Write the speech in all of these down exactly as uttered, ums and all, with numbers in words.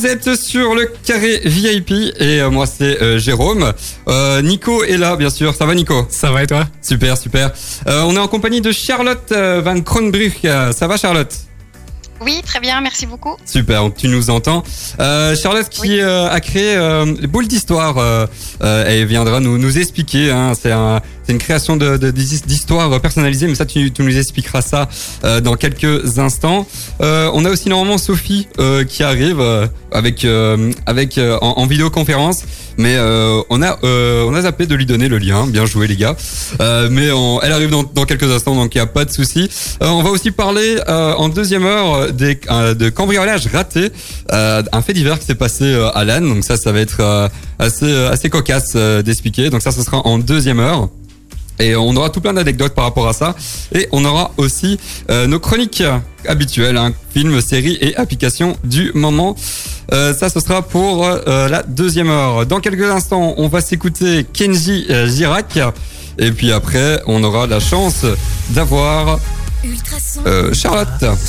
Vous êtes sur le carré V I P et euh, moi c'est euh, Jérôme. Euh, Nico est là bien sûr. Ça va Nico? Ça va et toi? Super, super. Euh, on est en compagnie de Charlotte euh, Van Kronbrugge. Ça va Charlotte? Oui, très bien, merci beaucoup. Super, donc tu nous entends. Euh, Charlotte qui Oui. euh, a créé euh, les boules d'histoire, euh, euh, elle viendra nous nous expliquer. Hein, c'est un, c'est une création de, de d'histoires personnalisées, mais ça tu, tu nous expliqueras ça euh, dans quelques instants. Euh, on a aussi normalement Sophie euh, qui arrive euh, avec euh, avec euh, en, en vidéoconférence, mais euh, on a euh, on a zappé de lui donner le lien. Bien joué les gars. Euh, mais on, elle arrive dans, dans quelques instants, donc il y a pas de souci. Euh, on va aussi parler euh, en deuxième heure des euh, de cambriolage raté, euh, un fait divers qui s'est passé euh, à Lannes. Donc ça, ça va être euh, assez assez cocasse euh, d'expliquer. Donc ça, ce sera en deuxième heure. Et on aura tout plein d'anecdotes par rapport à ça. Et on aura aussi euh, nos chroniques habituelles, hein, films, séries et applications du moment. Euh, ça, ce sera pour euh, la deuxième heure. Dans quelques instants, on va s'écouter Kenji euh, Girac. Et puis après, on aura la chance d'avoir euh, Charlotte.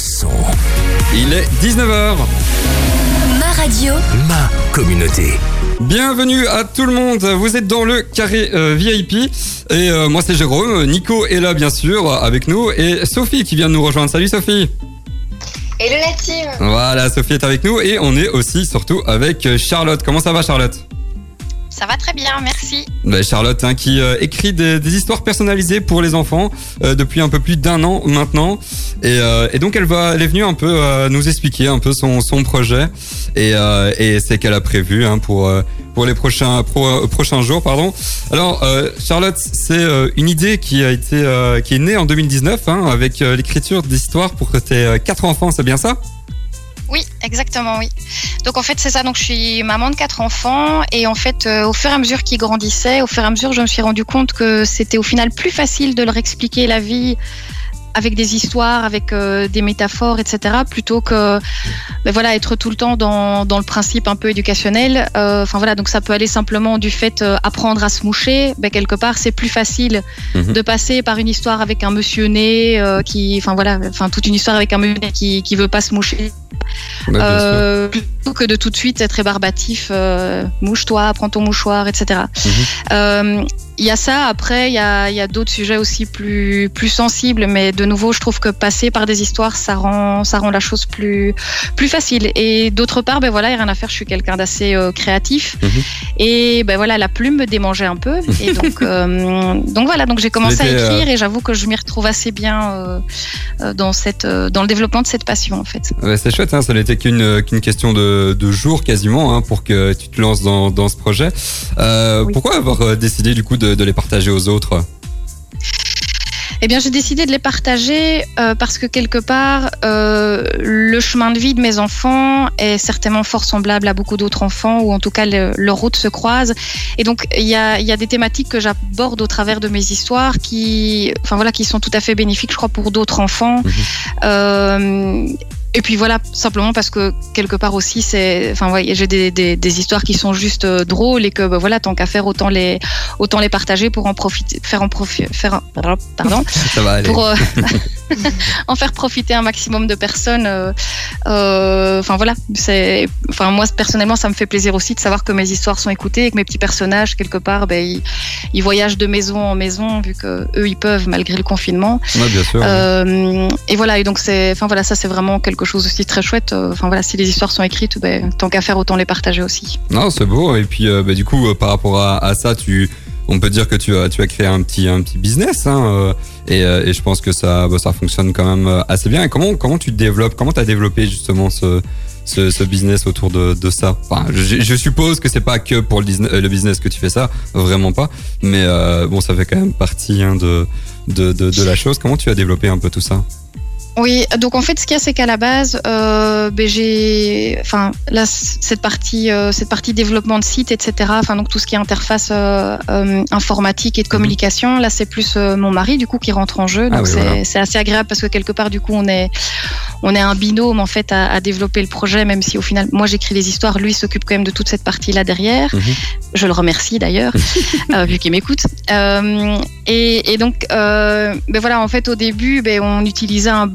Il est dix-neuf heures. Ma radio, ma communauté. Bienvenue à tout le monde, vous êtes dans le carré euh, V I P et euh, moi c'est Jérôme, Nico est là bien sûr avec nous et Sophie qui vient de nous rejoindre. Salut Sophie. Hello la team. Voilà, Sophie est avec nous et on est aussi surtout avec Charlotte. Comment ça va Charlotte? Ça va très bien, merci. Ben, Charlotte hein, qui euh, écrit des, des histoires personnalisées pour les enfants euh, depuis un peu plus d'un an maintenant et, euh, et donc elle va, elle est venue un peu euh, nous expliquer un peu son, son projet et, euh, et c'est qu'elle a prévu hein, pour euh, pour les prochains pro, euh, prochains jours pardon. Alors euh, Charlotte, c'est euh, une idée qui a été euh, qui est née en deux mille dix-neuf hein, avec euh, l'écriture d'histoires pour tes euh, quatre enfants, c'est bien ça? Oui, exactement, oui. Donc en fait c'est ça, donc je suis maman de quatre enfants et en fait euh, au fur et à mesure qu'ils grandissaient, au fur et à mesure je me suis rendu compte que c'était au final plus facile de leur expliquer la vie avec des histoires, avec euh, des métaphores, et cetera, plutôt que ben voilà, être tout le temps dans, dans le principe un peu éducationnel. Euh, enfin voilà, donc ça peut aller simplement du fait euh, apprendre à se moucher. Ben, quelque part, c'est plus facile mmh. de passer par une histoire avec un monsieur né euh, qui, enfin voilà, enfin toute une histoire avec un monsieur né qui qui veut pas se moucher. Bah, euh, plutôt que de tout de suite être rébarbatif, euh, mouche-toi, prends ton mouchoir, et cetera. Mmh. Euh, il y a ça. Après, il y a, il y a d'autres sujets aussi plus plus sensibles, mais de nouveau, je trouve que passer par des histoires, ça rend ça rend la chose plus plus facile. Et d'autre part, ben voilà, il y a rien à faire. Je suis quelqu'un d'assez euh, créatif, mmh. et ben voilà, la plume me démangeait un peu, et donc euh, donc voilà, donc j'ai commencé à écrire, euh... et j'avoue que je m'y retrouve assez bien euh, dans cette euh, dans le développement de cette passion en fait. Ouais, c'est chouette. Hein, ça n'était qu'une qu'une question de de jours quasiment hein, pour que tu te lances dans dans ce projet. Euh, oui. Pourquoi avoir décidé du coup de, de les partager aux autres? Eh bien, j'ai décidé de les partager euh, parce que quelque part, euh, le chemin de vie de mes enfants est certainement fort semblable à beaucoup d'autres enfants, ou en tout cas, le, leurs routes se croisent. Et donc, il y a, il y a des thématiques que j'aborde au travers de mes histoires qui, enfin voilà, qui sont tout à fait bénéfiques, je crois, pour d'autres enfants. Mmh. Euh, Et puis voilà, simplement parce que quelque part aussi, c'est, enfin ouais, j'ai des, des, des histoires qui sont juste euh, drôles et que bah, voilà, tant qu'à faire, autant les, autant les partager pour en profiter, faire en profiter, faire, pardon, ça va aller. Pour euh, en faire profiter un maximum de personnes. Euh, euh, enfin voilà, c'est, enfin moi personnellement, ça me fait plaisir aussi de savoir que mes histoires sont écoutées et que mes petits personnages quelque part, ben ils, ils voyagent de maison en maison vu que eux ils peuvent malgré le confinement. Ouais, bien sûr. Euh, et voilà, et donc c'est, enfin voilà, ça c'est vraiment quelque chose aussi très chouette. Enfin voilà, si les histoires sont écrites, ben, tant qu'à faire, autant les partager aussi. Non, c'est beau. Et puis euh, bah, du coup, euh, par rapport à, à ça, tu, on peut dire que tu as, tu as créé un petit, un petit business. Hein, euh, et, euh, et je pense que ça, bah, ça fonctionne quand même assez bien. Et comment, comment tu te développes? Comment tu as développé justement ce, ce, ce business autour de, de ça? Enfin, je, je suppose que c'est pas que pour le, le business que tu fais ça, vraiment pas. Mais euh, bon, ça fait quand même partie hein, de, de, de, de la chose. Comment tu as développé un peu tout ça? Oui, donc en fait, ce qu'il y a, c'est qu'à la base, euh, ben j'ai, enfin, là, cette partie, euh, cette partie développement de site, et cetera. Enfin, donc tout ce qui est interface euh, euh, informatique et de communication, là, c'est plus euh, mon mari du coup qui rentre en jeu. Donc ah oui, c'est, voilà. c'est assez agréable parce que quelque part, du coup, on est, on est un binôme en fait à, à développer le projet, même si au final, moi, j'écris les histoires, lui s'occupe quand même de toute cette partie-là derrière. Mm-hmm. Je le remercie d'ailleurs, euh, vu qu'il m'écoute. Euh, et, et donc, euh, ben voilà, en fait, au début, ben on utilisait un blog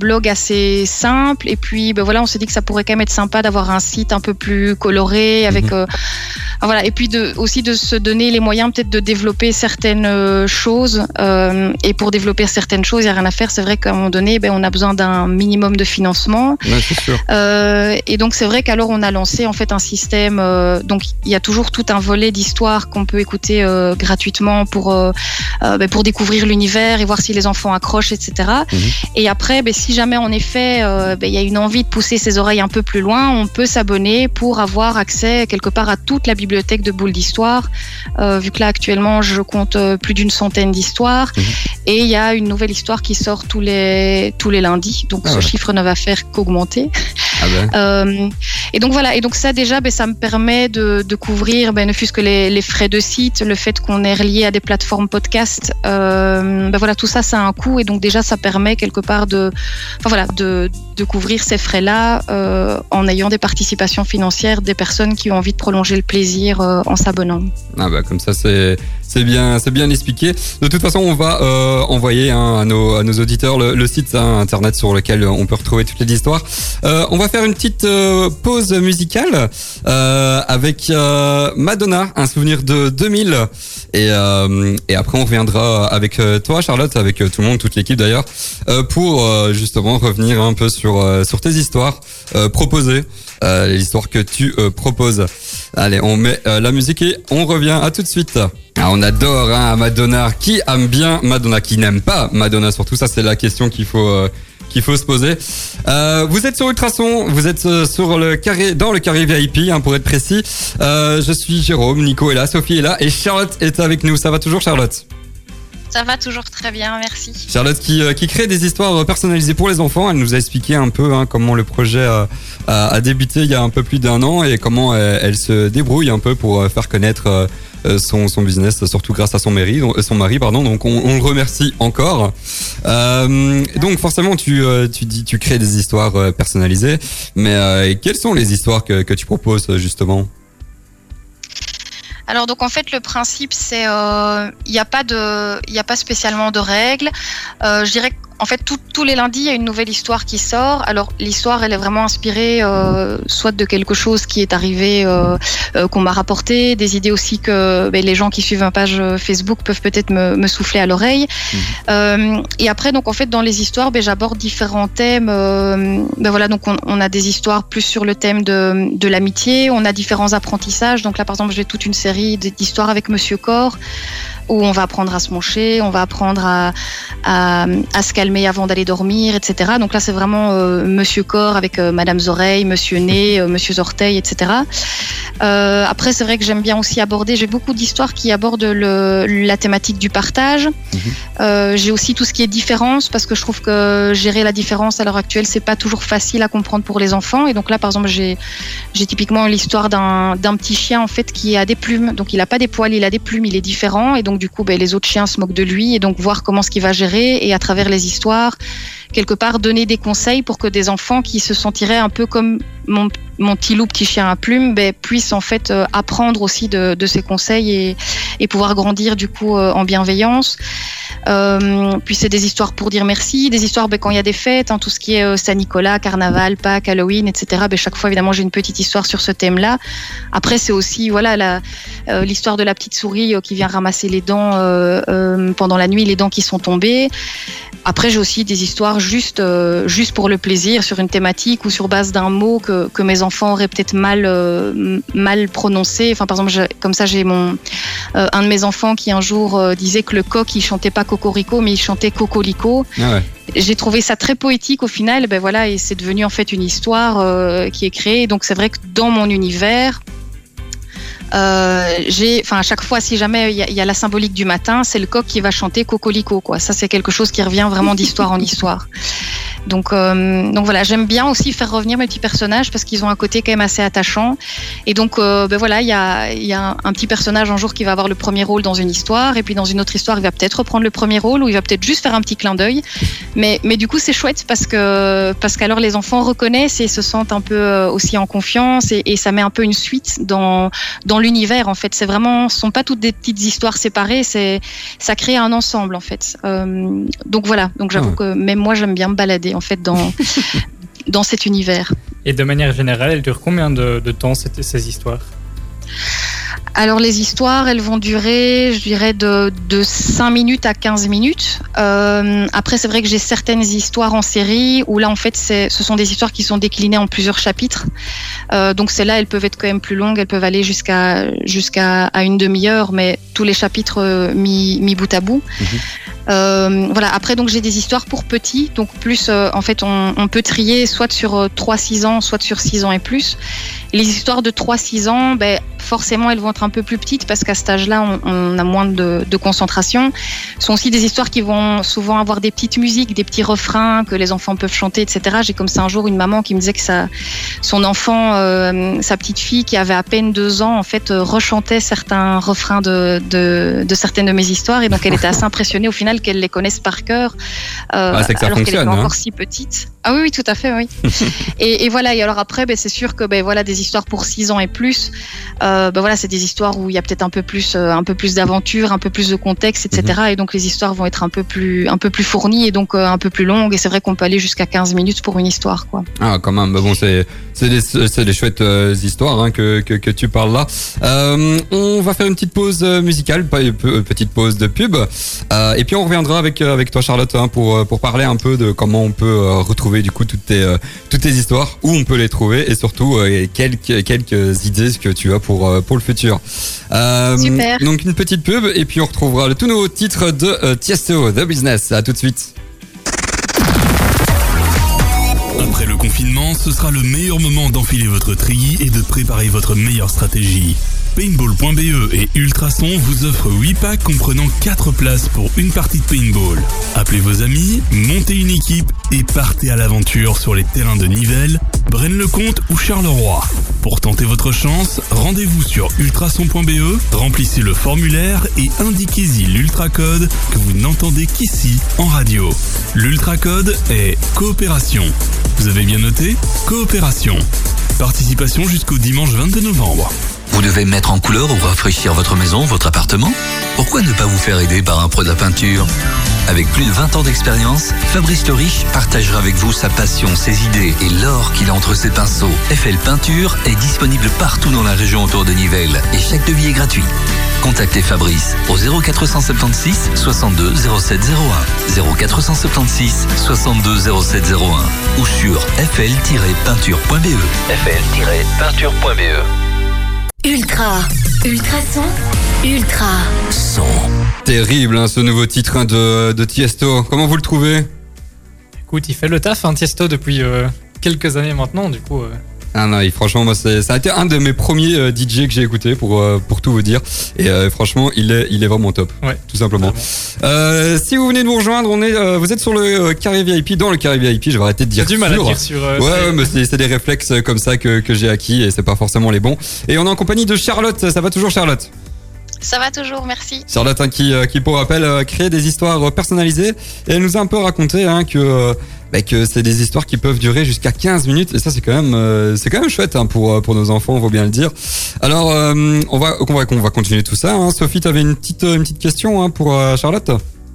blog assez simple. Et puis, ben voilà, on s'est dit que ça pourrait quand même être sympa d'avoir un site un peu plus coloré, avec, mmh. euh, voilà. Et puis de, aussi de se donner les moyens peut-être de développer certaines euh, choses. Euh, et pour développer certaines choses, il n'y a rien à faire. C'est vrai qu'à un moment donné, ben, on a besoin d'un minimum de financement. Ouais, c'est sûr. Euh, et donc, c'est vrai qu'alors, on a lancé en fait un système. Euh, donc, il y a toujours tout un volet d'histoire qu'on peut écouter euh, gratuitement pour, euh, euh, ben, pour découvrir l'univers et voir si les enfants accrochent, et cetera. Mmh. Et après, ben, si jamais en effet, euh, ben, il y a une envie de pousser ses oreilles un peu plus loin, on peut s'abonner pour avoir accès quelque part à toute la bibliothèque de Boules d'Histoire. Euh, vu que là, actuellement, je compte plus d'une centaine d'histoires. Mmh. Et il y a une nouvelle histoire qui sort tous les, tous les lundis. Donc, ah, ce ouais. chiffre ne va faire qu'augmenter. Ah ben. euh, et donc voilà, et donc ça déjà, ben, ça me permet de, de couvrir, ben, ne fût-ce que les, les frais de site, le fait qu'on est relié à des plateformes podcast, euh, ben voilà, tout ça, ça a un coût, et donc déjà, ça permet quelque part de, enfin voilà, de, de couvrir ces frais-là euh, en ayant des participations financières des personnes qui ont envie de prolonger le plaisir euh, en s'abonnant. Ah bah comme ça, c'est c'est bien, c'est bien expliqué. De toute façon, on va euh, envoyer hein, à, nos, à nos auditeurs le, le site hein, internet sur lequel on peut retrouver toutes les histoires. Euh, on va faire une petite euh, pause musicale euh, avec euh, Madonna, un souvenir de deux mille. Et, euh, et après, on reviendra avec toi, Charlotte, avec tout le monde, toute l'équipe d'ailleurs, euh, pour euh, justement revenir un peu sur euh, sur tes histoires euh, proposées, euh, les histoires que tu euh, proposes. Allez, on met euh, la musique et on revient. À tout de suite. Ah, on adore hein, Madonna. Qui aime bien Madonna? Qui n'aime pas Madonna? Surtout, ça c'est la question qu'il faut euh, qu'il faut se poser. Euh, vous êtes sur Ultrason, vous êtes euh, sur le carré, dans le carré V I P hein, pour être précis. Euh, je suis Jérôme, Nico est là, Sophie est là et Charlotte est avec nous. Ça va toujours, Charlotte? Ça va toujours très bien, merci. Charlotte qui, euh, qui crée des histoires personnalisées pour les enfants. Elle nous a expliqué un peu hein, comment le projet a, a, a débuté il y a un peu plus d'un an et comment elle, elle se débrouille un peu pour faire connaître euh, son, son business, surtout grâce à son mari, son mari pardon. Donc on, on le remercie encore. Euh, donc forcément tu, tu dis tu crées des histoires personnalisées, mais euh, quelles sont les histoires que, que tu proposes justement? Alors donc en fait le principe c'est il euh, n'y a pas de il y a pas spécialement de règles. Euh, je dirais en fait tout, tous les lundis il y a une nouvelle histoire qui sort. Alors l'histoire elle est vraiment inspirée euh, soit de quelque chose qui est arrivé euh, euh, qu'on m'a rapporté, des idées aussi que ben, les gens qui suivent ma page Facebook peuvent peut-être me, me souffler à l'oreille. Mmh. Euh, et après donc en fait dans les histoires ben, j'aborde différents thèmes. Euh, ben voilà donc on, on a des histoires plus sur le thème de, de l'amitié, on a différents apprentissages. Donc là par exemple j'ai toute une série d'histoires avec Monsieur Corps où on va apprendre à se moucher, on va apprendre à, à, à se calmer avant d'aller dormir, et cetera. Donc là, c'est vraiment euh, Monsieur Corps avec euh, Madame Oreille, Monsieur Nez, euh, Monsieur Orteil, et cetera. Euh, après, c'est vrai que j'aime bien aussi aborder, j'ai beaucoup d'histoires qui abordent le, la thématique du partage. Mmh. Euh, j'ai aussi tout ce qui est différence, parce que je trouve que gérer la différence à l'heure actuelle, c'est pas toujours facile à comprendre pour les enfants. Et donc là, par exemple, j'ai, j'ai typiquement l'histoire d'un, d'un petit chien, en fait, qui a des plumes. Donc il a pas des poils, il a des plumes, il est différent. Et donc du coup, ben, les autres chiens se moquent de lui, et donc voir comment ce qu'il va gérer, et à travers les histoires, quelque part donner des conseils pour que des enfants qui se sentiraient un peu comme mon, mon petit loup, petit chien à plumes, ben, puissent en fait euh, apprendre aussi de, de ces conseils et, et pouvoir grandir du coup euh, en bienveillance. Euh, puis c'est des histoires pour dire merci, des histoires ben, quand il y a des fêtes, hein, tout ce qui est euh, Saint-Nicolas, Carnaval, Pâques, Halloween, et cetera. Ben, chaque fois évidemment j'ai une petite histoire sur ce thème-là. Après c'est aussi voilà la, euh, l'histoire de la petite souris euh, qui vient ramasser les dents euh, euh, pendant la nuit, les dents qui sont tombées. Après j'ai aussi des histoires juste euh, juste pour le plaisir, sur une thématique ou sur base d'un mot que, que mes enfants auraient peut-être mal euh, mal prononcé. Enfin par exemple je, comme ça j'ai mon euh, un de mes enfants qui un jour euh, disait que le coq il chantait pas cocorico mais il chantait cocolico. Ah ouais. J'ai trouvé ça très poétique au final, ben voilà, et c'est devenu en fait une histoire euh, qui est créée. Donc c'est vrai que dans mon univers, Euh, j'ai, enfin à chaque fois, si jamais il y, y a la symbolique du matin, c'est le coq qui va chanter cocolico, quoi. Ça c'est quelque chose qui revient vraiment d'histoire en histoire. Donc, euh, donc voilà, j'aime bien aussi faire revenir mes petits personnages parce qu'ils ont un côté quand même assez attachant. Et donc, euh, ben voilà, il y a, y a un, un petit personnage un jour qui va avoir le premier rôle dans une histoire, et puis dans une autre histoire, il va peut-être reprendre le premier rôle, ou il va peut-être juste faire un petit clin d'œil. Mais, mais du coup, c'est chouette parce que parce qu'alors les enfants reconnaissent et se sentent un peu aussi en confiance, et, et ça met un peu une suite dans dans l'univers. En fait, c'est vraiment, ce sont pas toutes des petites histoires séparées, c'est ça crée un ensemble en fait. Euh, donc voilà, donc j'avoue que même moi j'aime bien me balader noyer en fait dans dans cet univers. Et de manière générale, elles durent combien de, de temps ces, ces histoires ? Alors les histoires, elles vont durer, je dirais, de, de cinq minutes à quinze minutes. Euh, après, c'est vrai que j'ai certaines histoires en série où là, en fait, c'est, ce sont des histoires qui sont déclinées en plusieurs chapitres. Euh, donc celles-là, elles peuvent être quand même plus longues, elles peuvent aller jusqu'à, jusqu'à à une demi-heure, mais tous les chapitres euh, mis, mis bout à bout. Mmh. Euh, voilà. Après, donc j'ai des histoires pour petits, donc plus, euh, en fait, on, on peut trier soit sur trois six ans, soit sur six ans et plus. Les histoires de trois six ans, ben, forcément, elles vont être un peu plus petites parce qu'à cet âge-là, on, on a moins de, de concentration. Ce sont aussi des histoires qui vont souvent avoir des petites musiques, des petits refrains que les enfants peuvent chanter, et cetera. J'ai comme ça un jour une maman qui me disait que sa, son enfant, euh, sa petite fille qui avait à peine deux ans, en fait, euh, rechantait certains refrains de, de, de certaines de mes histoires. Et donc, elle était assez impressionnée au final qu'elle les connaisse par cœur. Euh, ah, c'est que ça alors fonctionne, qu'elle était hein. encore si petite. Ah oui, oui, tout à fait, oui. et, et voilà. Et alors après, ben, c'est sûr que ben, voilà, des histoires pour six ans et plus, euh, ben, voilà, c'est des histoires où il y a peut-être un peu plus, euh, un peu plus d'aventure, un peu plus de contexte, et cetera. Mm-hmm. Et donc les histoires vont être un peu plus, un peu plus fournies et donc euh, un peu plus longues. Et c'est vrai qu'on peut aller jusqu'à quinze minutes pour une histoire, quoi. Ah, quand même. Bah bon, c'est, c'est des, c'est des chouettes euh, histoires hein, que, que que tu parles là. Euh, on va faire une petite pause musicale, pas une petite pause de pub, euh, et puis on reviendra avec avec toi, Charlotte, hein, pour pour parler un peu de comment on peut euh, retrouver du coup toutes tes euh, toutes tes histoires, où on peut les trouver et surtout euh, quelques quelques idées que tu as pour euh, pour le futur. Euh, Super. Donc une petite pub et puis on retrouvera le tout nouveau titre de euh, Tiesto, The Business. À tout de suite. Après le confinement, ce sera le meilleur moment d'enfiler votre treillis et de préparer votre meilleure stratégie. Paintball point B E et Ultrason vous offrent huit packs comprenant quatre places pour une partie de paintball. Appelez vos amis, montez une équipe et partez à l'aventure sur les terrains de Nivelles, Braine-le-Comte ou Charleroi. Pour tenter votre chance, rendez-vous sur ultrason point B E, remplissez le formulaire et indiquez-y l'ultracode que vous n'entendez qu'ici en radio. L'ultracode est coopération. Vous avez bien noté ? Coopération. Participation jusqu'au dimanche vingt-deux novembre. Vous devez mettre en couleur ou rafraîchir votre maison, votre appartement ? Pourquoi ne pas vous faire aider par un pro de la peinture ? Avec plus de vingt ans d'expérience, Fabrice Le Riche partagera avec vous sa passion, ses idées et l'or qu'il a entre ses pinceaux. F L Peinture est disponible partout dans la région autour de Nivelles et chaque devis est gratuit. Contactez Fabrice au zéro quatre cent soixante-seize soixante-deux zéro sept zéro un, zéro quatre cent soixante-seize soixante-deux zéro sept zéro un ou sur f l tiret peinture point b e. f l tiret peinture point b e. Ultra, Ultrason, Ultra Son. Terrible hein, ce nouveau titre hein, de, de Tiesto. Comment vous le trouvez ? Écoute, il fait le taf, hein, Tiesto, depuis euh, quelques années maintenant, du coup... Euh... Ah non, et franchement, moi, c'est, ça a été un de mes premiers euh, D J que j'ai écouté pour euh, pour tout vous dire. Et euh, franchement, il est il est vraiment top. Ouais, tout simplement. Euh, si vous venez de nous rejoindre, on est euh, vous êtes sur le euh, carré V I P, dans le carré V I P. Je vais arrêter de dire. J'ai du mal à dire sur. Euh, ouais, ouais, mais c'est, c'est des réflexes comme ça que que j'ai acquis et c'est pas forcément les bons. Et on est en compagnie de Charlotte. Ça va toujours, Charlotte ? Ça va toujours, merci. Charlotte, hein, qui, qui pour rappel euh, crée des histoires personnalisées et elle nous a un peu raconté hein, que euh, bah, que c'est des histoires qui peuvent durer jusqu'à quinze minutes et ça c'est quand même euh, c'est quand même chouette hein, pour pour nos enfants, on faut bien le dire. Alors euh, on va on va on va continuer tout ça. Hein. Sophie, tu avais une petite une petite question hein, pour euh, Charlotte.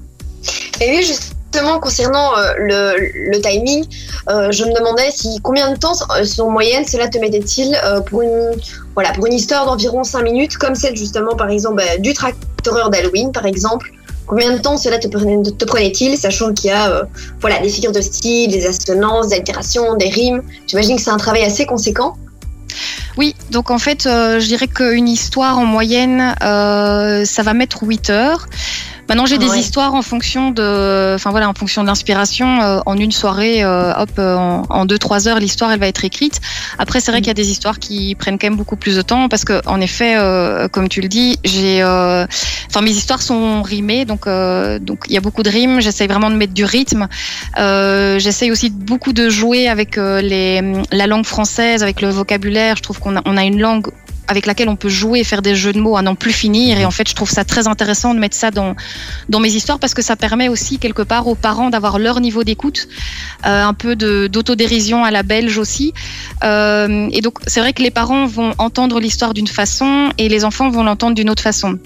Et oui, justement concernant euh, le, le timing, euh, je me demandais si combien de temps en moyenne cela te mettait-il euh, pour une voilà pour une histoire d'environ cinq minutes comme celle justement par exemple bah, du tractoreur d'Halloween par exemple. Combien de temps cela te, prenait, te prenait-il, sachant qu'il y a euh, voilà, des figures de style, des assonances, des allitérations, des rimes. J'imagine que c'est un travail assez conséquent. Oui, donc en fait, euh, je dirais qu'une histoire en moyenne, euh, ça va mettre huit heures. Maintenant, j'ai ah, des ouais. histoires en fonction de, enfin voilà, en fonction de l'inspiration. Euh, en une soirée, euh, hop, euh, en, en deux trois heures, l'histoire elle va être écrite. Après, c'est vrai mmh. qu'il y a des histoires qui prennent quand même beaucoup plus de temps parce que, en effet, euh, comme tu le dis, j'ai, euh, enfin mes histoires sont rimées, donc euh, donc il y a beaucoup de rimes. J'essaye vraiment de mettre du rythme. Euh, j'essaye aussi beaucoup de jouer avec euh, les la langue française, avec le vocabulaire. Je trouve qu'on a on a une langue avec laquelle on peut jouer et faire des jeux de mots à n'en plus finir. Et en fait, je trouve ça très intéressant de mettre ça dans, dans mes histoires parce que ça permet aussi, quelque part, aux parents d'avoir leur niveau d'écoute, euh, un peu de, d'autodérision à la belge aussi. Euh, et donc, c'est vrai que les parents vont entendre l'histoire d'une façon et les enfants vont l'entendre d'une autre façon.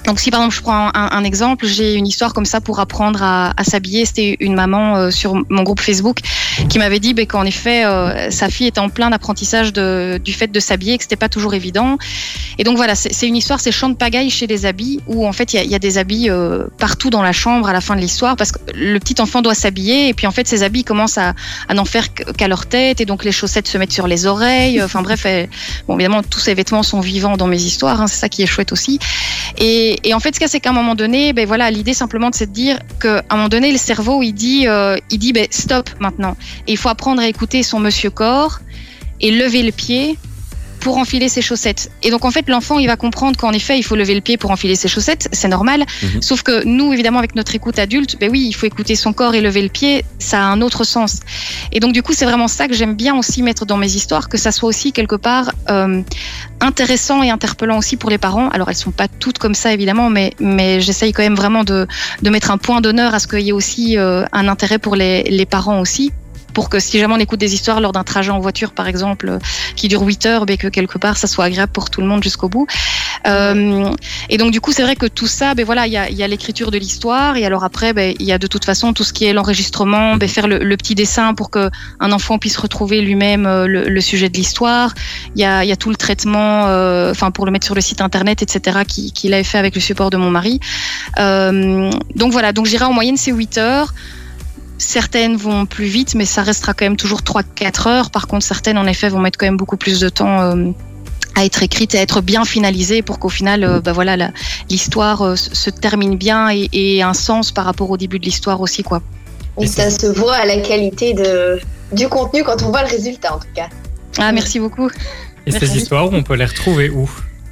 Donc si par exemple je prends un, un exemple, j'ai une histoire comme ça pour apprendre à, à s'habiller. C'était une maman euh, sur mon groupe Facebook qui m'avait dit bah, qu'en effet euh, sa fille était en plein apprentissage de, du fait de s'habiller, que c'était pas toujours évident. Et donc voilà, c'est, c'est une histoire, c'est champ de pagaille chez les habits où en fait il y a, y a des habits euh, partout dans la chambre à la fin de l'histoire parce que le petit enfant doit s'habiller et puis en fait ses habits commencent à, à n'en faire qu'à leur tête et donc les chaussettes se mettent sur les oreilles. Enfin bref, elle, bon évidemment tous ces vêtements sont vivants dans mes histoires, hein, c'est ça qui est chouette aussi. Et Et en fait, ce qu'il y a, c'est qu'à un moment donné, ben voilà, l'idée simplement, c'est de dire qu'à un moment donné, le cerveau, il dit, euh, il dit, ben stop maintenant. Et il faut apprendre à écouter son monsieur corps et lever le pied pour enfiler ses chaussettes. Et donc en fait, l'enfant, il va comprendre qu'en effet, il faut lever le pied pour enfiler ses chaussettes, c'est normal. Mmh. Sauf que nous, évidemment, avec notre écoute adulte, ben oui, il faut écouter son corps et lever le pied, ça a un autre sens. Et donc du coup, c'est vraiment ça que j'aime bien aussi mettre dans mes histoires, que ça soit aussi quelque part euh, intéressant et interpellant aussi pour les parents. Alors elles sont pas toutes comme ça, évidemment, mais mais j'essaye quand même vraiment de de mettre un point d'honneur à ce qu'il y ait aussi euh, un intérêt pour les les parents aussi. Pour que si jamais on écoute des histoires lors d'un trajet en voiture, par exemple, qui dure huit heures, ben que quelque part, ça soit agréable pour tout le monde jusqu'au bout. Euh, et donc, du coup, c'est vrai que tout ça, ben voilà, il y a, y a l'écriture de l'histoire. Et alors après, ben, il y a de toute façon tout ce qui est l'enregistrement, ben, faire le, le petit dessin pour que un enfant puisse retrouver lui-même le, le sujet de l'histoire. Il y a, y a tout le traitement, enfin, euh, pour le mettre sur le site internet, et cetera, qu'il qui avait fait avec le support de mon mari. Euh, donc voilà, donc j'irai en moyenne, c'est huit heures. Certaines vont plus vite, mais ça restera quand même toujours trois à quatre heures. Par contre, certaines, en effet, vont mettre quand même beaucoup plus de temps euh, à être écrites et à être bien finalisées pour qu'au final, euh, bah voilà, la, l'histoire euh, se termine bien et, et ait un sens par rapport au début de l'histoire aussi, quoi. Et ça se voit à la qualité de, du contenu quand on voit le résultat, en tout cas. Ah, merci beaucoup. Et merci. Ces histoires, on peut les retrouver où ?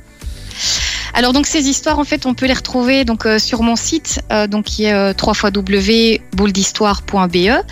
Alors donc ces histoires en fait on peut les retrouver donc euh, sur mon site euh, donc qui est euh, w w w point boule d'histoire point b e.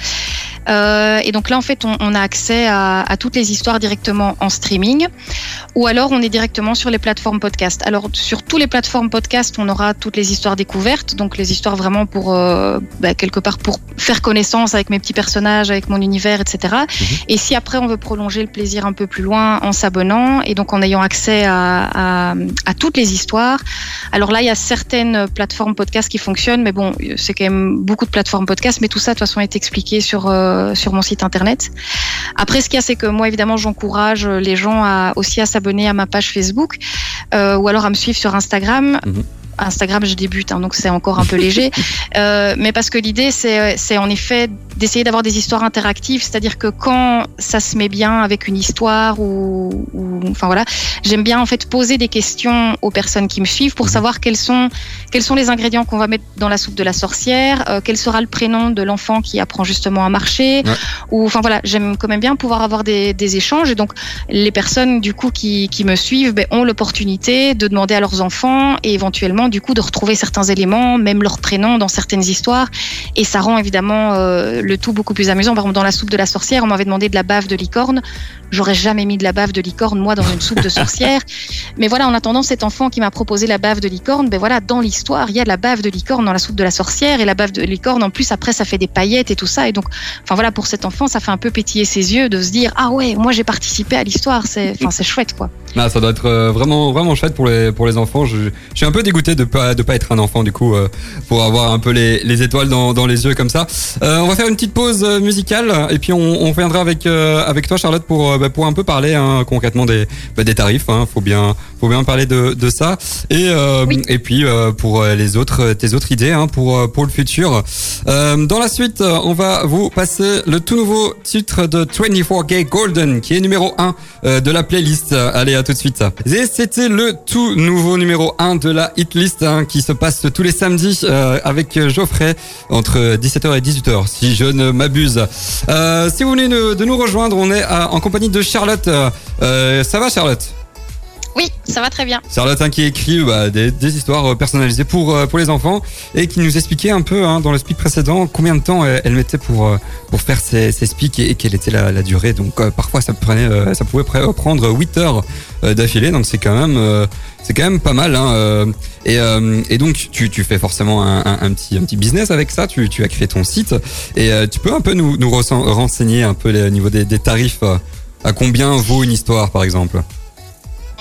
Euh, et donc là en fait on, on a accès à, à toutes les histoires directement en streaming ou alors on est directement sur les plateformes podcast. Alors sur toutes les plateformes podcast on aura toutes les histoires découvertes, donc les histoires vraiment pour euh, bah, quelque part pour faire connaissance avec mes petits personnages, avec mon univers, et cetera. Mmh. Et si après on veut prolonger le plaisir un peu plus loin en s'abonnant et donc en ayant accès à, à, à toutes les histoires. Alors là il y a certaines plateformes podcast qui fonctionnent, mais bon c'est quand même beaucoup de plateformes podcast, mais tout ça de toute façon est expliqué sur euh, sur mon site internet. Après, ce qu'il y a, c'est que moi, évidemment, j'encourage les gens à, aussi à s'abonner à ma page Facebook euh, ou alors à me suivre sur Instagram. Mmh. Instagram, je débute, hein, donc c'est encore un peu léger. Euh, mais parce que l'idée, c'est, c'est en effet d'essayer d'avoir des histoires interactives, c'est-à-dire que quand ça se met bien avec une histoire ou, ou enfin voilà, j'aime bien en fait poser des questions aux personnes qui me suivent pour savoir quels sont quels sont les ingrédients qu'on va mettre dans la soupe de la sorcière, euh, quel sera le prénom de l'enfant qui apprend justement à marcher, ouais. ou enfin voilà, j'aime quand même bien pouvoir avoir des, des échanges et donc les personnes du coup qui qui me suivent ben, ont l'opportunité de demander à leurs enfants et éventuellement du coup de retrouver certains éléments, même leur prénom dans certaines histoires, et ça rend évidemment euh, le tout beaucoup plus amusant. Par exemple, dans la soupe de la sorcière, on m'avait demandé de la bave de licorne. J'aurais jamais mis de la bave de licorne moi dans une soupe de sorcière, mais voilà, en attendant, cet enfant qui m'a proposé la bave de licorne, ben voilà, dans l'histoire, il y a de la bave de licorne dans la soupe de la sorcière, et la bave de licorne en plus après ça fait des paillettes et tout ça, et donc, enfin voilà, pour cet enfant, ça fait un peu pétiller ses yeux de se dire ah ouais, moi j'ai participé à l'histoire, c'est, enfin c'est chouette quoi. Ah, ça doit être euh, vraiment vraiment chouette pour les pour les enfants. Je, je suis un peu dégoûté de pas de pas être un enfant du coup euh, pour avoir un peu les les étoiles dans dans les yeux comme ça. Euh, on va faire une petite pause musicale et puis on on reviendra avec euh, avec toi Charlotte pour bah, pour un peu parler hein, concrètement des bah, des tarifs. Hein, faut bien faut bien parler de de ça et euh, oui. et puis euh, pour les autres tes autres idées hein, pour pour le futur. Euh, dans la suite, on va vous passer le tout nouveau titre de vingt-quatre K Golden qui est numéro un euh, de la playlist. Allez, à tout de suite. Et c'était le tout nouveau numéro un de la hitlist hein, qui se passe tous les samedis euh, avec Geoffrey entre dix-sept heures et dix-huit heures si je ne m'abuse. Euh, si vous venez de, de nous rejoindre, on est à, en compagnie de Charlotte. Euh, ça va Charlotte ? Oui, ça va très bien. Charlotte hein, qui écrit bah, des, des histoires personnalisées pour pour les enfants et qui nous expliquait un peu hein, dans le speak précédent combien de temps elle, elle mettait pour pour faire ses, ses speaks et, et quelle était la, la durée. Donc euh, parfois ça prenait euh, ça pouvait prendre huit heures euh, d'affilée. Donc c'est quand même euh, c'est quand même pas mal. Hein, euh, et euh, et donc tu tu fais forcément un, un, un petit un petit business avec ça. Tu tu as créé ton site et euh, tu peux un peu nous nous renseigner un peu les, au niveau des, des tarifs. Euh, à combien vaut une histoire par exemple?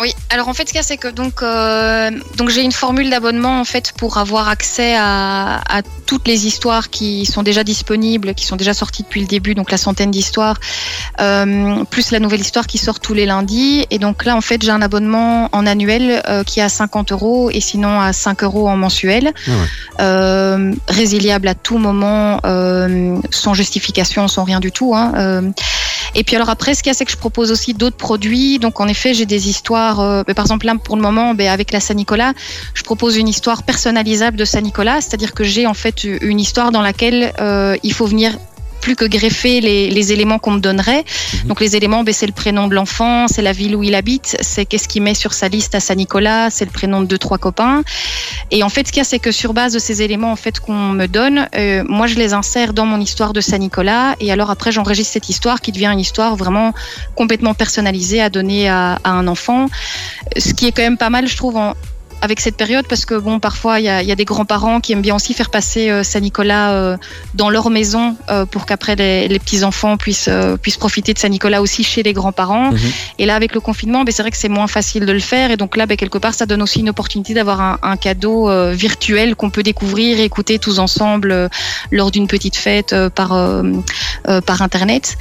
Oui, alors en fait, ce qu'il y a, c'est que donc, euh, donc j'ai une formule d'abonnement en fait pour avoir accès à, à toutes les histoires qui sont déjà disponibles, qui sont déjà sorties depuis le début, donc la centaine d'histoires, euh, plus la nouvelle histoire qui sort tous les lundis. Et donc là, en fait, j'ai un abonnement en annuel euh, qui est à cinquante euros et sinon à cinq euros en mensuel, Ah ouais. euh, résiliable à tout moment, euh, sans justification, sans rien du tout. Hein, euh, Et puis alors après, ce qu'il y a, c'est que je propose aussi d'autres produits. Donc en effet, j'ai des histoires, euh, par exemple là pour le moment, ben, avec la Saint-Nicolas, je propose une histoire personnalisable de Saint-Nicolas, c'est-à-dire que j'ai en fait une histoire dans laquelle euh, il faut venir plus que greffer les, les éléments qu'on me donnerait. Mmh. Donc les éléments, ben, c'est le prénom de l'enfant, c'est la ville où il habite, c'est qu'est-ce qu'il met sur sa liste à Saint-Nicolas, c'est le prénom de deux, trois copains. Et en fait, ce qu'il y a, c'est que sur base de ces éléments en fait, qu'on me donne, euh, moi je les insère dans mon histoire de Saint-Nicolas et alors après j'enregistre cette histoire qui devient une histoire vraiment complètement personnalisée à donner à, à un enfant. Ce qui est quand même pas mal, je trouve, en avec cette période, parce que bon, parfois il y a, y a des grands-parents qui aiment bien aussi faire passer euh, Saint-Nicolas euh, dans leur maison euh, pour qu'après les, les petits-enfants puissent, euh, puissent profiter de Saint-Nicolas aussi chez les grands-parents. Mmh. Et là, avec le confinement, ben, c'est vrai que c'est moins facile de le faire. Et donc là, ben, quelque part, ça donne aussi une opportunité d'avoir un, un cadeau euh, virtuel qu'on peut découvrir et écouter tous ensemble euh, lors d'une petite fête euh, par, euh, euh, par Internet.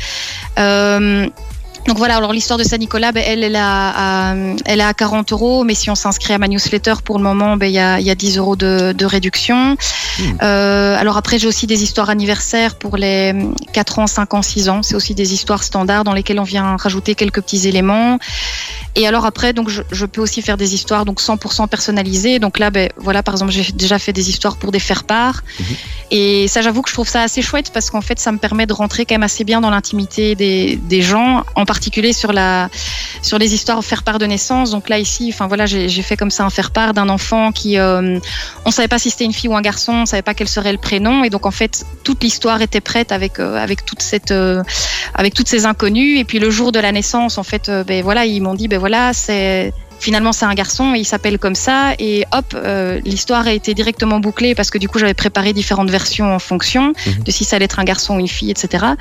Euh, Donc voilà, alors l'histoire de Saint-Nicolas, ben, elle, elle, a, à, elle est à quarante euros, mais si on s'inscrit à ma newsletter, pour le moment, ben, il y a, il y a dix euros de, de réduction. Mmh. Euh, alors après, j'ai aussi des histoires anniversaires pour les quatre ans, cinq ans, six ans. C'est aussi des histoires standards dans lesquelles on vient rajouter quelques petits éléments. Et alors après, donc je, je peux aussi faire des histoires donc cent pour cent personnalisées. Donc là, ben voilà, par exemple, j'ai déjà fait des histoires pour des faire-part. Mmh. Et ça, j'avoue que je trouve ça assez chouette parce qu'en fait, ça me permet de rentrer quand même assez bien dans l'intimité des, des gens, en particulier sur la sur les histoires faire-part de naissance. Donc là ici, enfin voilà, j'ai, j'ai fait comme ça un faire-part d'un enfant qui, euh, on savait pas si c'était une fille ou un garçon, on savait pas quel serait le prénom. Et donc en fait, toute l'histoire était prête avec euh, avec toute cette euh, avec toutes ces inconnues. Et puis le jour de la naissance, en fait, euh, ben voilà, ils m'ont dit ben voilà, c'est finalement c'est un garçon et il s'appelle comme ça et hop, euh, l'histoire a été directement bouclée parce que du coup j'avais préparé différentes versions en fonction mmh. de si ça allait être un garçon ou une fille, et cetera.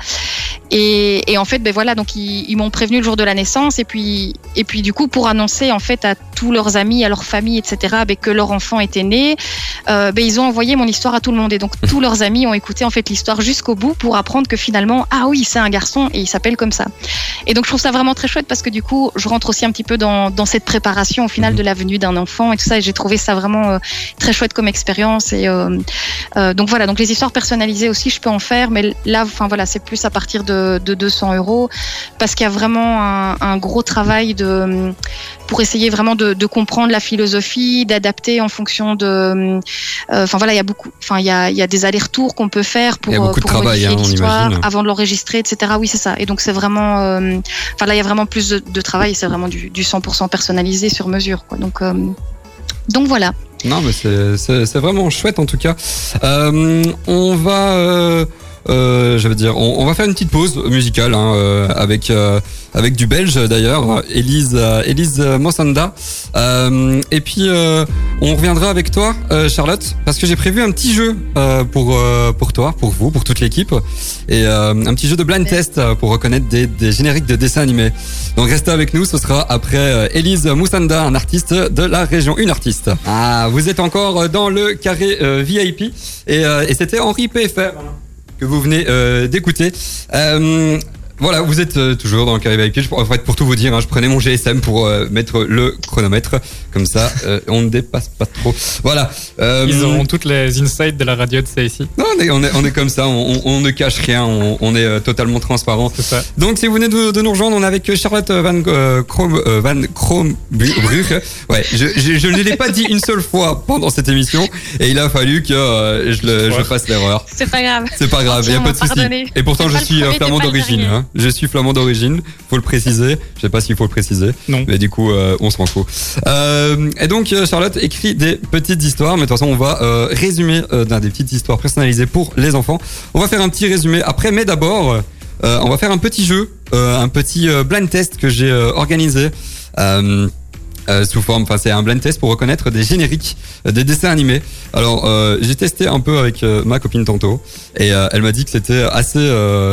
Et, et en fait, ben voilà, donc ils, ils m'ont prévenu le jour de la naissance et puis et puis du coup pour annoncer en fait à tous leurs amis, à leur famille, et cetera, ben, que leur enfant était né, euh, ben ils ont envoyé mon histoire à tout le monde et donc mmh. tous leurs amis ont écouté en fait l'histoire jusqu'au bout pour apprendre que finalement ah oui c'est un garçon et il s'appelle comme ça. Et donc je trouve ça vraiment très chouette parce que du coup je rentre aussi un petit peu dans dans cette préparation au final mmh. de la venue d'un enfant et tout ça et j'ai trouvé ça vraiment euh, très chouette comme expérience et euh, euh, donc voilà, donc les histoires personnalisées aussi je peux en faire mais là enfin voilà c'est plus à partir de, de deux cents euros parce qu'il y a vraiment un, un gros travail de pour essayer vraiment de, de comprendre la philosophie, d'adapter en fonction de enfin euh, voilà il y a beaucoup enfin il y a il y a des allers-retours qu'on peut faire pour, pour pour travail, modifier hein, l'histoire avant de l'enregistrer, etc. Oui c'est ça et donc c'est vraiment euh, enfin là il y a vraiment plus de, de travail et c'est vraiment du, du cent pour cent personnalisé sur mesure quoi. Donc euh, donc voilà. Non mais c'est c'est, c'est vraiment chouette en tout cas. Euh, on va euh, euh, je veux dire on, on va faire une petite pause musicale hein, euh, avec euh, avec du belge d'ailleurs, Elise euh, Elise Mossanda. Euh, et puis euh, on reviendra avec toi euh, Charlotte parce que j'ai prévu un petit jeu euh, pour euh, pour toi, pour vous, pour toute l'équipe et euh, un petit jeu de blind test pour reconnaître des, des génériques de dessins animés. Donc restez avec nous, ce sera après euh, Elise Moussanda, un artiste de la région, une artiste. Ah, vous êtes encore dans le carré euh, V I P et, euh, et c'était Henri P F R que vous venez euh, d'écouter. Euh, Voilà, vous êtes euh, toujours dans le carré V I P. Je, en fait, pour tout vous dire, hein, je prenais mon G S M pour euh, mettre le chronomètre. Comme ça, euh, on ne dépasse pas trop. Voilà. Euh, Ils auront toutes les insights de la radio de C I C. Non, on est, on est, on est comme ça. On, on, on ne cache rien. On, on est euh, totalement transparent. C'est ça. Donc, si vous venez de, de nous rejoindre, on est avec Charlotte Van euh, Krom, euh, Van Krombrugge. Ouais, je, je, je ne l'ai pas dit une seule fois pendant cette émission, et il a fallu que euh, je, le, je fasse l'erreur. C'est pas grave. C'est pas grave. Il y a pas de souci. Et pourtant, je suis euh, flamand d'origine. Hein. Je suis flamand d'origine, faut le préciser. Je sais pas s'il faut le préciser. Non. Mais du coup, euh, on s'en fout. Euh, et donc, Charlotte écrit des petites histoires, mais de toute façon, on va euh, résumer euh, dans des petites histoires personnalisées pour les enfants. On va faire un petit résumé après, mais d'abord, euh, on va faire un petit jeu, euh, un petit euh, blind test que j'ai euh, organisé. Euh, Euh, sous forme, enfin c'est un blind test pour reconnaître des génériques euh, des dessins animés. Alors euh, j'ai testé un peu avec euh, ma copine tantôt et euh, elle m'a dit que c'était assez euh,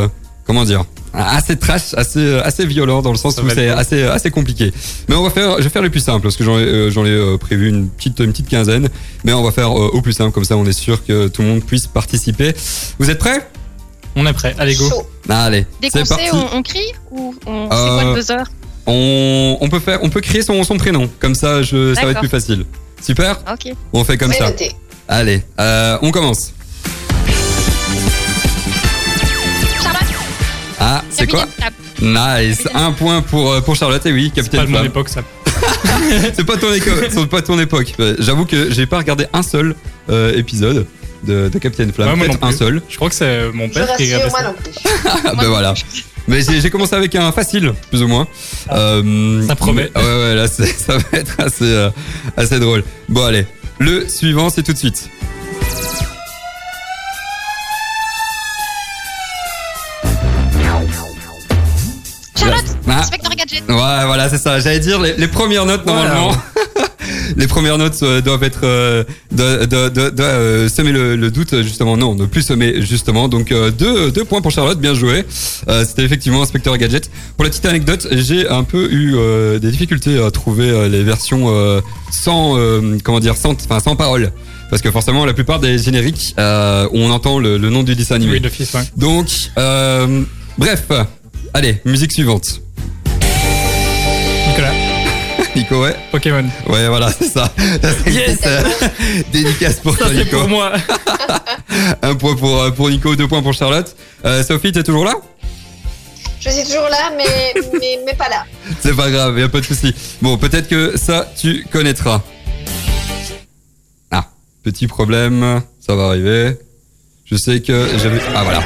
comment dire, assez trash, assez assez violent dans le sens Ça où va être c'est bon. assez assez compliqué. Mais on va faire, je vais faire le plus simple parce que j'en ai euh, j'en ai euh, prévu une petite une petite quinzaine. Mais on va faire euh, au plus simple comme ça, on est sûr que tout le monde puisse participer. Vous êtes prêts? On est prêt. Allez, go. Chaud. Allez, Dès c'est qu'on parti. sait, on, on crie ou on... c'est Euh, quoi le buzzer? On on peut faire, on peut créer son son prénom. Comme ça, je ça va être D'accord. plus facile. Super. Ok. On fait comme Ouais, ça. noté. Allez, euh, on commence. Charlotte, Ah, c'est quoi? Capitaine Nice, un point pour euh, pour Charlotte. Et oui, C'est pas Capitaine de mon Flamme. époque, ça. C'est pas ton époque. C'est pas ton époque. Euh, J'avoue que j'ai pas regardé un seul euh, épisode de, de Capitaine Flamme. Ouais, moi Peut-être non un plus. seul. Je crois que c'est mon Je père qui rassure, regardait moi ça. non plus. Ah, ben voilà. Mais j'ai j'ai commencé avec un facile, plus ou moins. Euh, ça promet. Ouais, ouais, là, c'est- ça va être assez, euh, assez drôle. Bon, allez. Le suivant, c'est tout de suite. Charlotte, Ah. Inspecteur Gadget. Ouais, voilà, c'est ça. J'allais dire les, les premières notes normalement. Les premières notes euh, doivent être euh, doivent, doivent- doivent- doivent, euh, semer le, le doute justement. Non, ne plus semer justement. Donc euh, deux deux points pour Charlotte, bien joué. Euh, C'était effectivement Inspecteur Gadget. Pour la petite anecdote, j'ai un peu eu euh, des difficultés à trouver euh, les versions euh, sans euh, comment dire sans enfin sans parole. Parce que forcément, la plupart des génériques, euh, on entend le, le nom du dessin animé. Oui, d'office, ouais. Donc, euh, bref, allez, musique suivante. Nicolas, Nico, ouais. Pokémon. Ouais, voilà, c'est ça. Yes. Euh, Dédicace pour Ça, toi, c'est Nico. pour moi. Un point pour, euh, pour Nico, deux points pour Charlotte. Euh, Sophie, t'es toujours là? Je suis toujours là, mais, mais, mais pas là. C'est pas grave, y a pas de souci. Bon, peut-être que ça, tu connaîtras. Ah, petit problème, ça va arriver. Je sais que j'avais... Ah, voilà.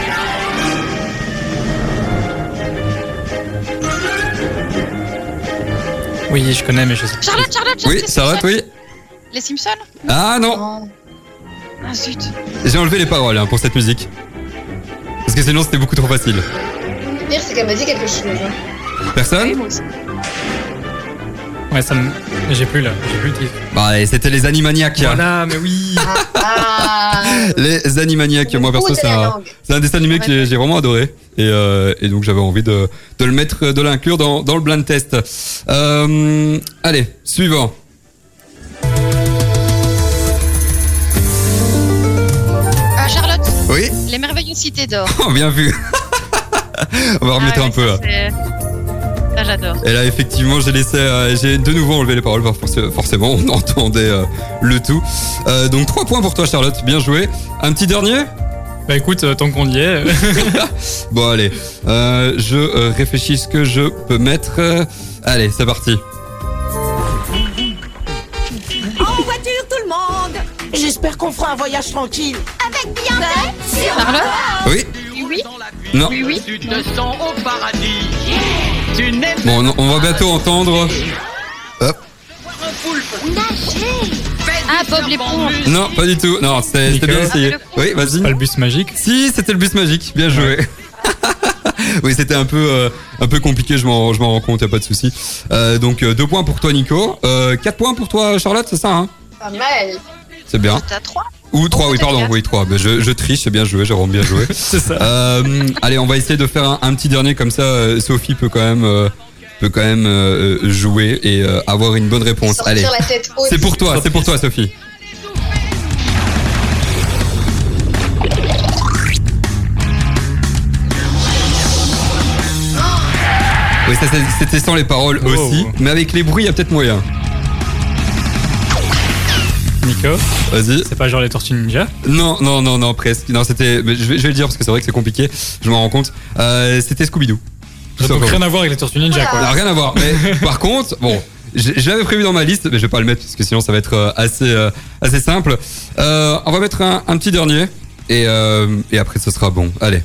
Oui, je connais, mais je sais pas. Charlotte, Charlotte, Charlotte. Oui, les Charlotte, Simpsons. oui. Les Simpsons? Ah non, Non. Ah zut. j'ai enlevé les paroles hein, pour cette musique. Parce que sinon, c'était beaucoup trop facile. Le pire, c'est qu'elle m'a dit quelque chose. hein. Oui, Personne? moi aussi. Ouais, ça me. Mais j'ai plus là. J'ai plus le titre. Bah, et c'était les Animaniacs. Voilà, mais oui. Ah, Les Animaniacs, moi perso, Bout de c'est la un, langue. c'est un dessin animé que j'ai j'ai vraiment adoré. Et, euh, et donc j'avais envie de, de le mettre, de l'inclure dans, dans le blind test. Euh, allez, suivant. Ah, Charlotte, Oui. les merveilleuses cités d'or. Oh, bien vu. On va remettre Ah ouais, un peu là. ça, c'est- Ça, j'adore. Et là, effectivement, j'ai laissé, euh, j'ai de nouveau enlevé les paroles, forc- forcément, on entendait euh, le tout. Euh, donc trois points pour toi, Charlotte, bien joué. Un petit dernier? Bah écoute, euh, tant qu'on y est. Bon, allez, euh, je euh, réfléchis ce que je peux mettre. Euh, Allez, c'est parti. En voiture tout le monde. J'espère qu'on fera un voyage tranquille. Avec Beyoncé. Charlotte? Oui? Oui, oui. Non. Oui, oui. Tu te sens au paradis. Tu n'aimes Bon, on, on va bientôt entendre. Hop. Ah, Bob l'éponge. Non, pas du tout. Non, c'était c'était bien Nicolas. essayé. Oui, vas-y. Pas le bus magique. Si, c'était le bus magique. Bien joué. Oui, c'était un peu euh, un peu compliqué. Je m'en je m'en rends compte. Y a pas de souci. Euh, donc euh, deux points pour toi, Nico. Euh, quatre points pour toi, Charlotte. C'est ça, hein? Pas mal. C'est bien. T'as trois. Ou trois. Oui, peut-être pardon. quatre. Oui, trois. Mais je, je triche. C'est bien joué. Jérôme, bien joué. C'est ça. Euh, allez, on va essayer de faire un, un petit dernier comme ça. euh, Sophie peut quand même euh, peut quand même euh, euh, jouer et euh, avoir une bonne réponse. Sortir Allez, la tête haute. c'est pour toi. C'est pour toi, Sophie. Oui, ça, c'est- c'était sans les paroles Oh. aussi, mais avec les bruits, il y a peut-être moyen. Nico, Vas-y. c'est pas genre les Tortues Ninja. Non, non, non, non, presque. Non, c'était. mais Je vais, je vais le dire parce que c'est vrai que c'est compliqué. Je m'en rends compte. Euh, c'était Scooby-Doo. Tout Donc simplement. rien à voir avec les Tortues Ninja, Ça quoi. n'a rien à voir. Mais par contre, bon, je, je l'avais prévu dans ma liste, mais je vais pas le mettre parce que sinon ça va être euh, assez euh, assez simple. Euh, on va mettre un, un petit dernier et euh, et après ce sera bon. Allez.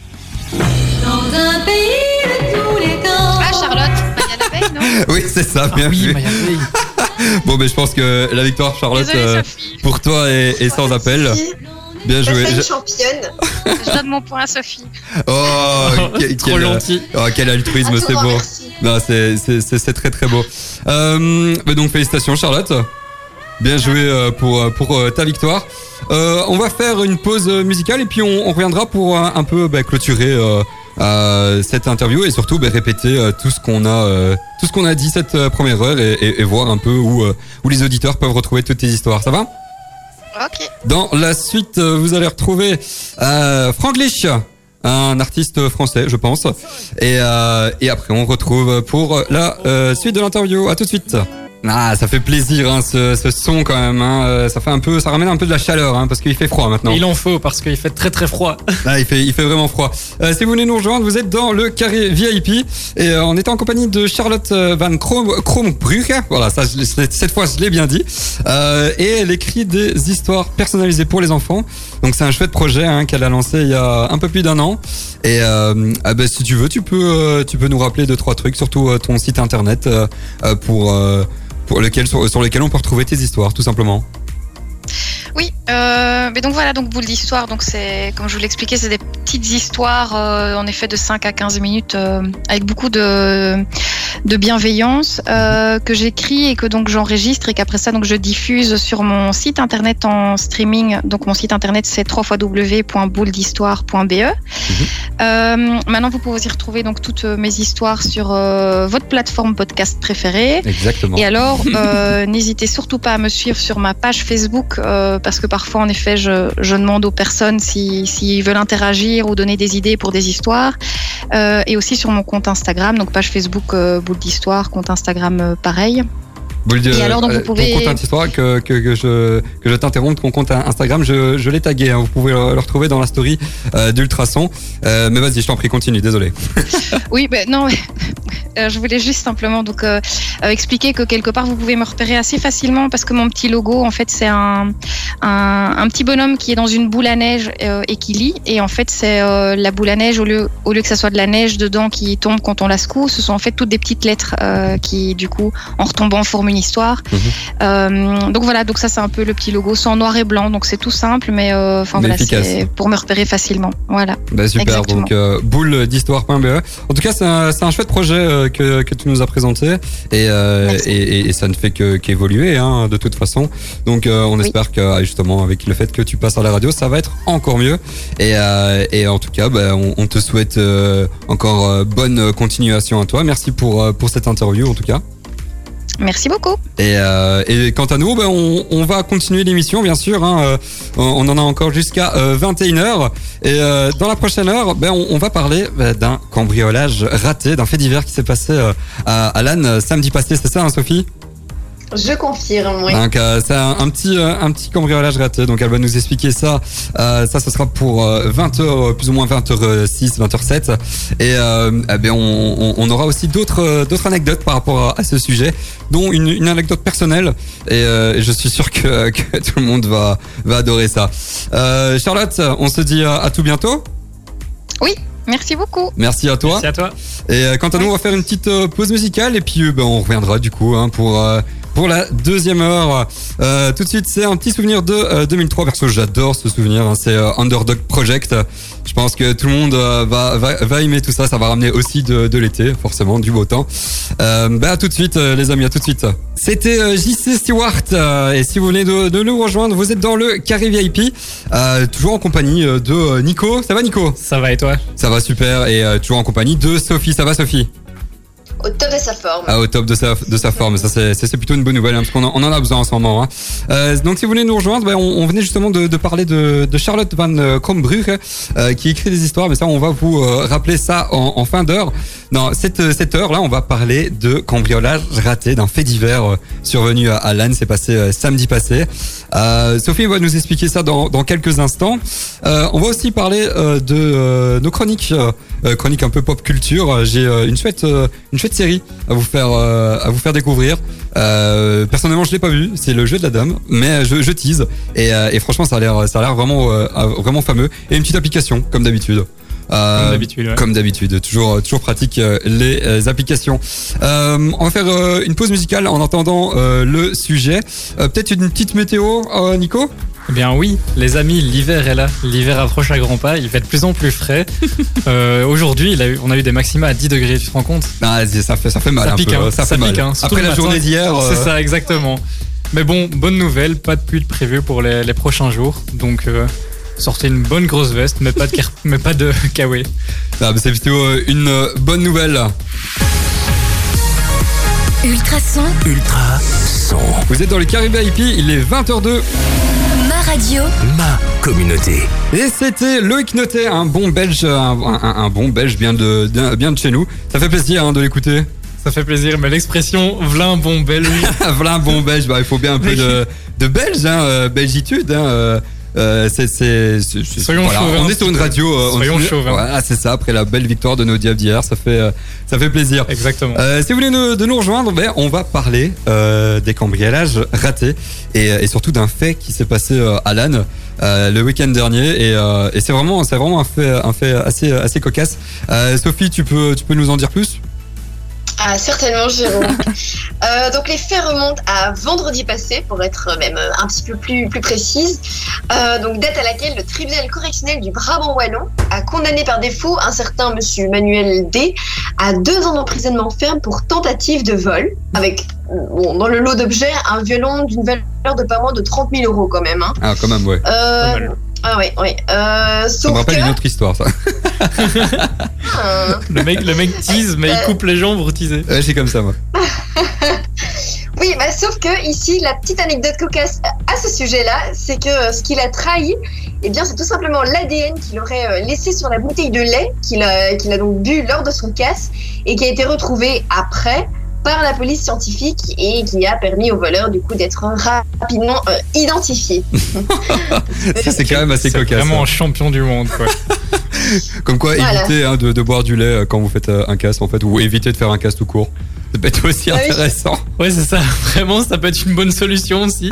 Ah, Charlotte. Maya l'abeille, non? Oui, c'est ça. Bien Ah oui, vu. Maya Bay. Bon, mais je pense que la victoire, Charlotte, Désolée, euh, Sophie. pour toi est, est sans appel. Si. Bien T'as joué. fait Je- une championne. Je donne mon point à Sophie. Oh, quel, Trop quel, euh, gentil. oh, quel altruisme, Un tout c'est grand beau. merci. Non, c'est c'est c'est c'est très très beau. Euh, bah donc félicitations, Charlotte. Bien joué euh, pour euh, pour euh, ta victoire. Euh, on va faire une pause musicale et puis on, on reviendra pour euh, un peu bah, clôturer euh, euh, cette interview et surtout bah, répéter euh, tout ce qu'on a, euh, tout ce qu'on a dit cette euh, première heure et, et, et voir un peu où, euh, où les auditeurs peuvent retrouver toutes tes histoires. Ça va? Ok. Dans la suite, euh, vous allez retrouver euh, Franglish, un artiste français, je pense. Et, euh, et après, on retrouve pour la euh, suite de l'interview. À tout de suite. Ah, ça fait plaisir, hein, ce, ce son quand même. Hein. Ça fait un peu, ça ramène un peu de la chaleur, hein, parce qu'il fait froid maintenant. Il en faut parce qu'il fait très très froid. Ah, il fait, il fait vraiment froid. Euh, si vous venez nous rejoindre, vous êtes dans le carré V I P et euh, on est en compagnie de Charlotte Van Krombrugge. Voilà, ça, je, cette fois, je l'ai bien dit. Euh, et elle écrit des histoires personnalisées pour les enfants. Donc c'est un chouette projet hein, qu'elle a lancé il y a un peu plus d'un an. Et euh, ah ben, si tu veux, tu peux, euh, tu peux nous rappeler deux trois trucs, surtout euh, ton site internet euh, pour. Euh, pour lequel, sur, sur lesquels on peut retrouver tes histoires, tout simplement. Oui, euh, mais donc voilà, donc Boule d'Histoire, donc c'est, comme je vous l'expliquais, c'est des petites histoires, euh, en effet, de cinq à quinze minutes, euh, avec beaucoup de, de bienveillance, euh, que j'écris et que donc j'enregistre et qu'après ça, donc je diffuse sur mon site internet en streaming. Donc mon site internet, c'est w w w point boule d'histoire point b e. Mm-hmm. Euh, maintenant, vous pouvez aussi retrouver donc toutes mes histoires sur euh, votre plateforme podcast préférée. Exactement. Et alors, euh, n'hésitez surtout pas à me suivre sur ma page Facebook, euh, parce que parfois, en effet, je, je demande aux personnes s'ils si, si veulent interagir ou donner des idées pour des histoires. Euh, et aussi sur mon compte Instagram, donc page Facebook euh, Boule d'Histoire, compte Instagram euh, pareil. Boule de, et alors, donc, vous pouvez... Ton compte d'histoire, que, que, que je, que je t'interrompe, ton compte Instagram, je, je l'ai tagué. Hein, vous pouvez le, le retrouver dans la story euh, d'Ultrason. Euh, mais vas-y, je t'en prie, continue, désolé. Oui, ben non, euh, je voulais juste simplement donc euh, euh, expliquer que quelque part, vous pouvez me repérer assez facilement parce que mon petit logo, en fait, c'est un, un, un petit bonhomme qui est dans une boule à neige euh, et qui lit. Et en fait, c'est euh, la boule à neige, au lieu, au lieu que ça soit de la neige dedans qui tombe quand on la secoue, ce sont en fait toutes des petites lettres euh, qui, du coup, en retombant, forment une histoire. Mmh. Euh, donc voilà, donc ça c'est un peu le petit logo, c'est en noir et blanc, donc c'est tout simple, mais enfin euh, voilà, c'est pour me repérer facilement. Voilà. Bah, super. Exactement. Donc euh, boule d'histoire point b e. En tout cas, c'est un, c'est un chouette projet euh, que que tu nous as présenté et euh, et, et, et ça ne fait que qu'évoluer hein, de toute façon. Donc euh, on oui. espère que justement avec le fait que tu passes à la radio, ça va être encore mieux. Et euh, et en tout cas, bah, on, on te souhaite euh, encore euh, bonne continuation à toi. Merci pour euh, pour cette interview en tout cas. Merci beaucoup. Et, euh, et quant à nous, ben on, on va continuer l'émission, bien sûr. Hein, on en a encore jusqu'à euh, vingt et une heures. Et euh, dans la prochaine heure, ben on, on va parler ben, d'un cambriolage raté, d'un fait divers qui s'est passé euh, à, à Lannes samedi passé. C'est ça, hein, Sophie ? Je confirme, oui. Donc euh, c'est un, un petit euh, un petit cambriolage raté. Donc elle va nous expliquer ça. Euh, ça, ce sera pour euh, vingt heures, plus ou moins vingt heures six, vingt heures sept. Et euh, eh bien, on, on aura aussi d'autres d'autres anecdotes par rapport à, à ce sujet, dont une, une anecdote personnelle. Et euh, je suis sûr que, que tout le monde va va adorer ça. Euh, Charlotte, on se dit à, à tout bientôt. Oui. Merci beaucoup. Merci à toi. Merci à toi. Et euh, quant à nous, on va faire une petite euh, pause musicale et puis euh, ben, on reviendra du coup hein, pour euh, pour la deuxième heure. Euh, tout de suite, c'est un petit souvenir de euh, deux mille trois. Perso, j'adore ce souvenir. Hein, c'est euh, Underdog Project. Je pense que tout le monde euh, va, va va aimer tout ça. Ça va ramener aussi de, de l'été, forcément, du beau temps. Euh, bah à tout de suite, euh, les amis, à tout de suite. C'était euh, J C Stewart. Euh, et si vous venez de, de nous rejoindre, vous êtes dans le carré V I P, euh, toujours en compagnie de euh, Nico. Ça va, Nico ? Ça va et toi ? Ça va super. Et euh, toujours en compagnie de Sophie. Ça va, Sophie ? Au top de sa forme. Ah, au top de sa, de sa forme. Ça, c'est, c'est plutôt une bonne nouvelle, hein, parce qu'on en, on en a besoin en ce moment. Hein. Euh, donc, si vous voulez nous rejoindre, ben, on, on venait justement de, de parler de, de Charlotte Van Krombrugge, euh, qui écrit des histoires, mais ça, on va vous euh, rappeler ça en, en fin d'heure. Dans cette, cette heure-là, on va parler de cambriolage raté, d'un fait divers euh, survenu à, à Lannes. C'est passé euh, samedi passé. Euh, Sophie va nous expliquer ça dans, dans quelques instants. Euh, on va aussi parler euh, de euh, nos chroniques, euh, chroniques un peu pop culture. J'ai euh, une chouette, euh, une chouette série à vous faire, euh, à vous faire découvrir. Euh, personnellement, je l'ai pas vu. C'est le jeu de la dame, mais je, je tease. Et, euh, et franchement, ça a l'air, ça a l'air vraiment, euh, vraiment fameux. Et une petite application, comme d'habitude. Euh, comme d'habitude, ouais. Comme d'habitude, toujours, toujours pratique euh, les euh, applications. Euh, on va faire euh, une pause musicale en entendant euh, le sujet. Euh, peut-être une petite météo, euh, Nico ? Eh bien oui, les amis, l'hiver est là. L'hiver approche à grands pas. Il fait de plus en plus frais. euh, aujourd'hui, il a eu, on a eu des maxima à dix degrés. Tu te rends compte ? Ah, ça fait, ça fait mal. Ça un pique, peu, hein, ça, ça fait pique, mal. Hein, Après la matin, journée d'hier. Euh... C'est ça, exactement. Mais bon, bonne nouvelle, pas de pluie de prévu pour les, les prochains jours. Donc, euh, Sortez une bonne grosse veste, mais pas de, car- mais pas de kawaii. Ah, mais c'est plutôt euh, une euh, bonne nouvelle. Ultrason, Ultra son. Vous êtes dans les Caribé I P, il est vingt heures deux. ma radio, Ma communauté. Et c'était Loïc Notet, un bon belge, un, un- un bon belge bien de, bien bien de chez nous. Ça fait plaisir hein, de l'écouter. Ça fait plaisir, mais l'expression v'là un bon belge. Voilà un bon belge, bah, il faut bien un peu de, de belge, hein, euh, belgitude. Hein, euh, euh, c'est, c'est, c'est, c'est- Soyons voilà, chauvins, on est sur une radio. euh, on Soyons est- chauvins. Voilà, c'est ça. Après la belle victoire de nos diables d'hier, ça fait, euh, ça fait plaisir. Exactement. Euh, si vous voulez nous, de nous rejoindre, ben, on va parler euh, des cambriolages ratés et, et surtout d'un fait qui s'est passé euh, à Lannes euh, le week-end dernier et, euh, et c'est vraiment, c'est vraiment un fait, un fait assez, assez cocasse. Euh, Sophie, tu peux, tu peux nous en dire plus? Ah, certainement, Jérôme. Euh, donc, les faits remontent à vendredi passé, pour être même euh, un petit peu plus, plus précise. Euh, donc, date à laquelle le tribunal correctionnel du Brabant Wallon a condamné par défaut un certain monsieur Manuel D à deux ans d'emprisonnement ferme pour tentative de vol, avec, bon, dans le lot d'objets, un violon d'une valeur de pas moins de trente mille euros quand même. Hein. Ah, quand même, ouais. Euh, Pas mal. ah oui, oui. Euh, Ça me sauf rappelle que... une autre histoire, ça. euh, Le mec, le mec tease, mais il coupe les gens pour teaser. Ouais, c'est comme ça, moi. Oui, bah, sauf que ici, la petite anecdote cocasse à ce sujet-là, c'est que euh, ce qu'il a trahi, eh bien, c'est tout simplement l'A D N qu'il aurait euh, laissé sur la bouteille de lait qu'il a, qu'il a donc bu lors de son casse et qui a été retrouvé après par la police scientifique et qui a permis au voleur du coup d'être rapidement euh, identifié. Ça, c'est quand même assez C'est cocasse. vraiment hein. un champion du monde, quoi. Comme quoi, Voilà. évitez hein, de, de boire du lait euh, quand vous faites euh, un casse, en fait, ou évitez de faire un casse tout court. Ça peut être aussi Ah oui. intéressant. Ouais, c'est ça. Vraiment, ça peut être une bonne solution aussi.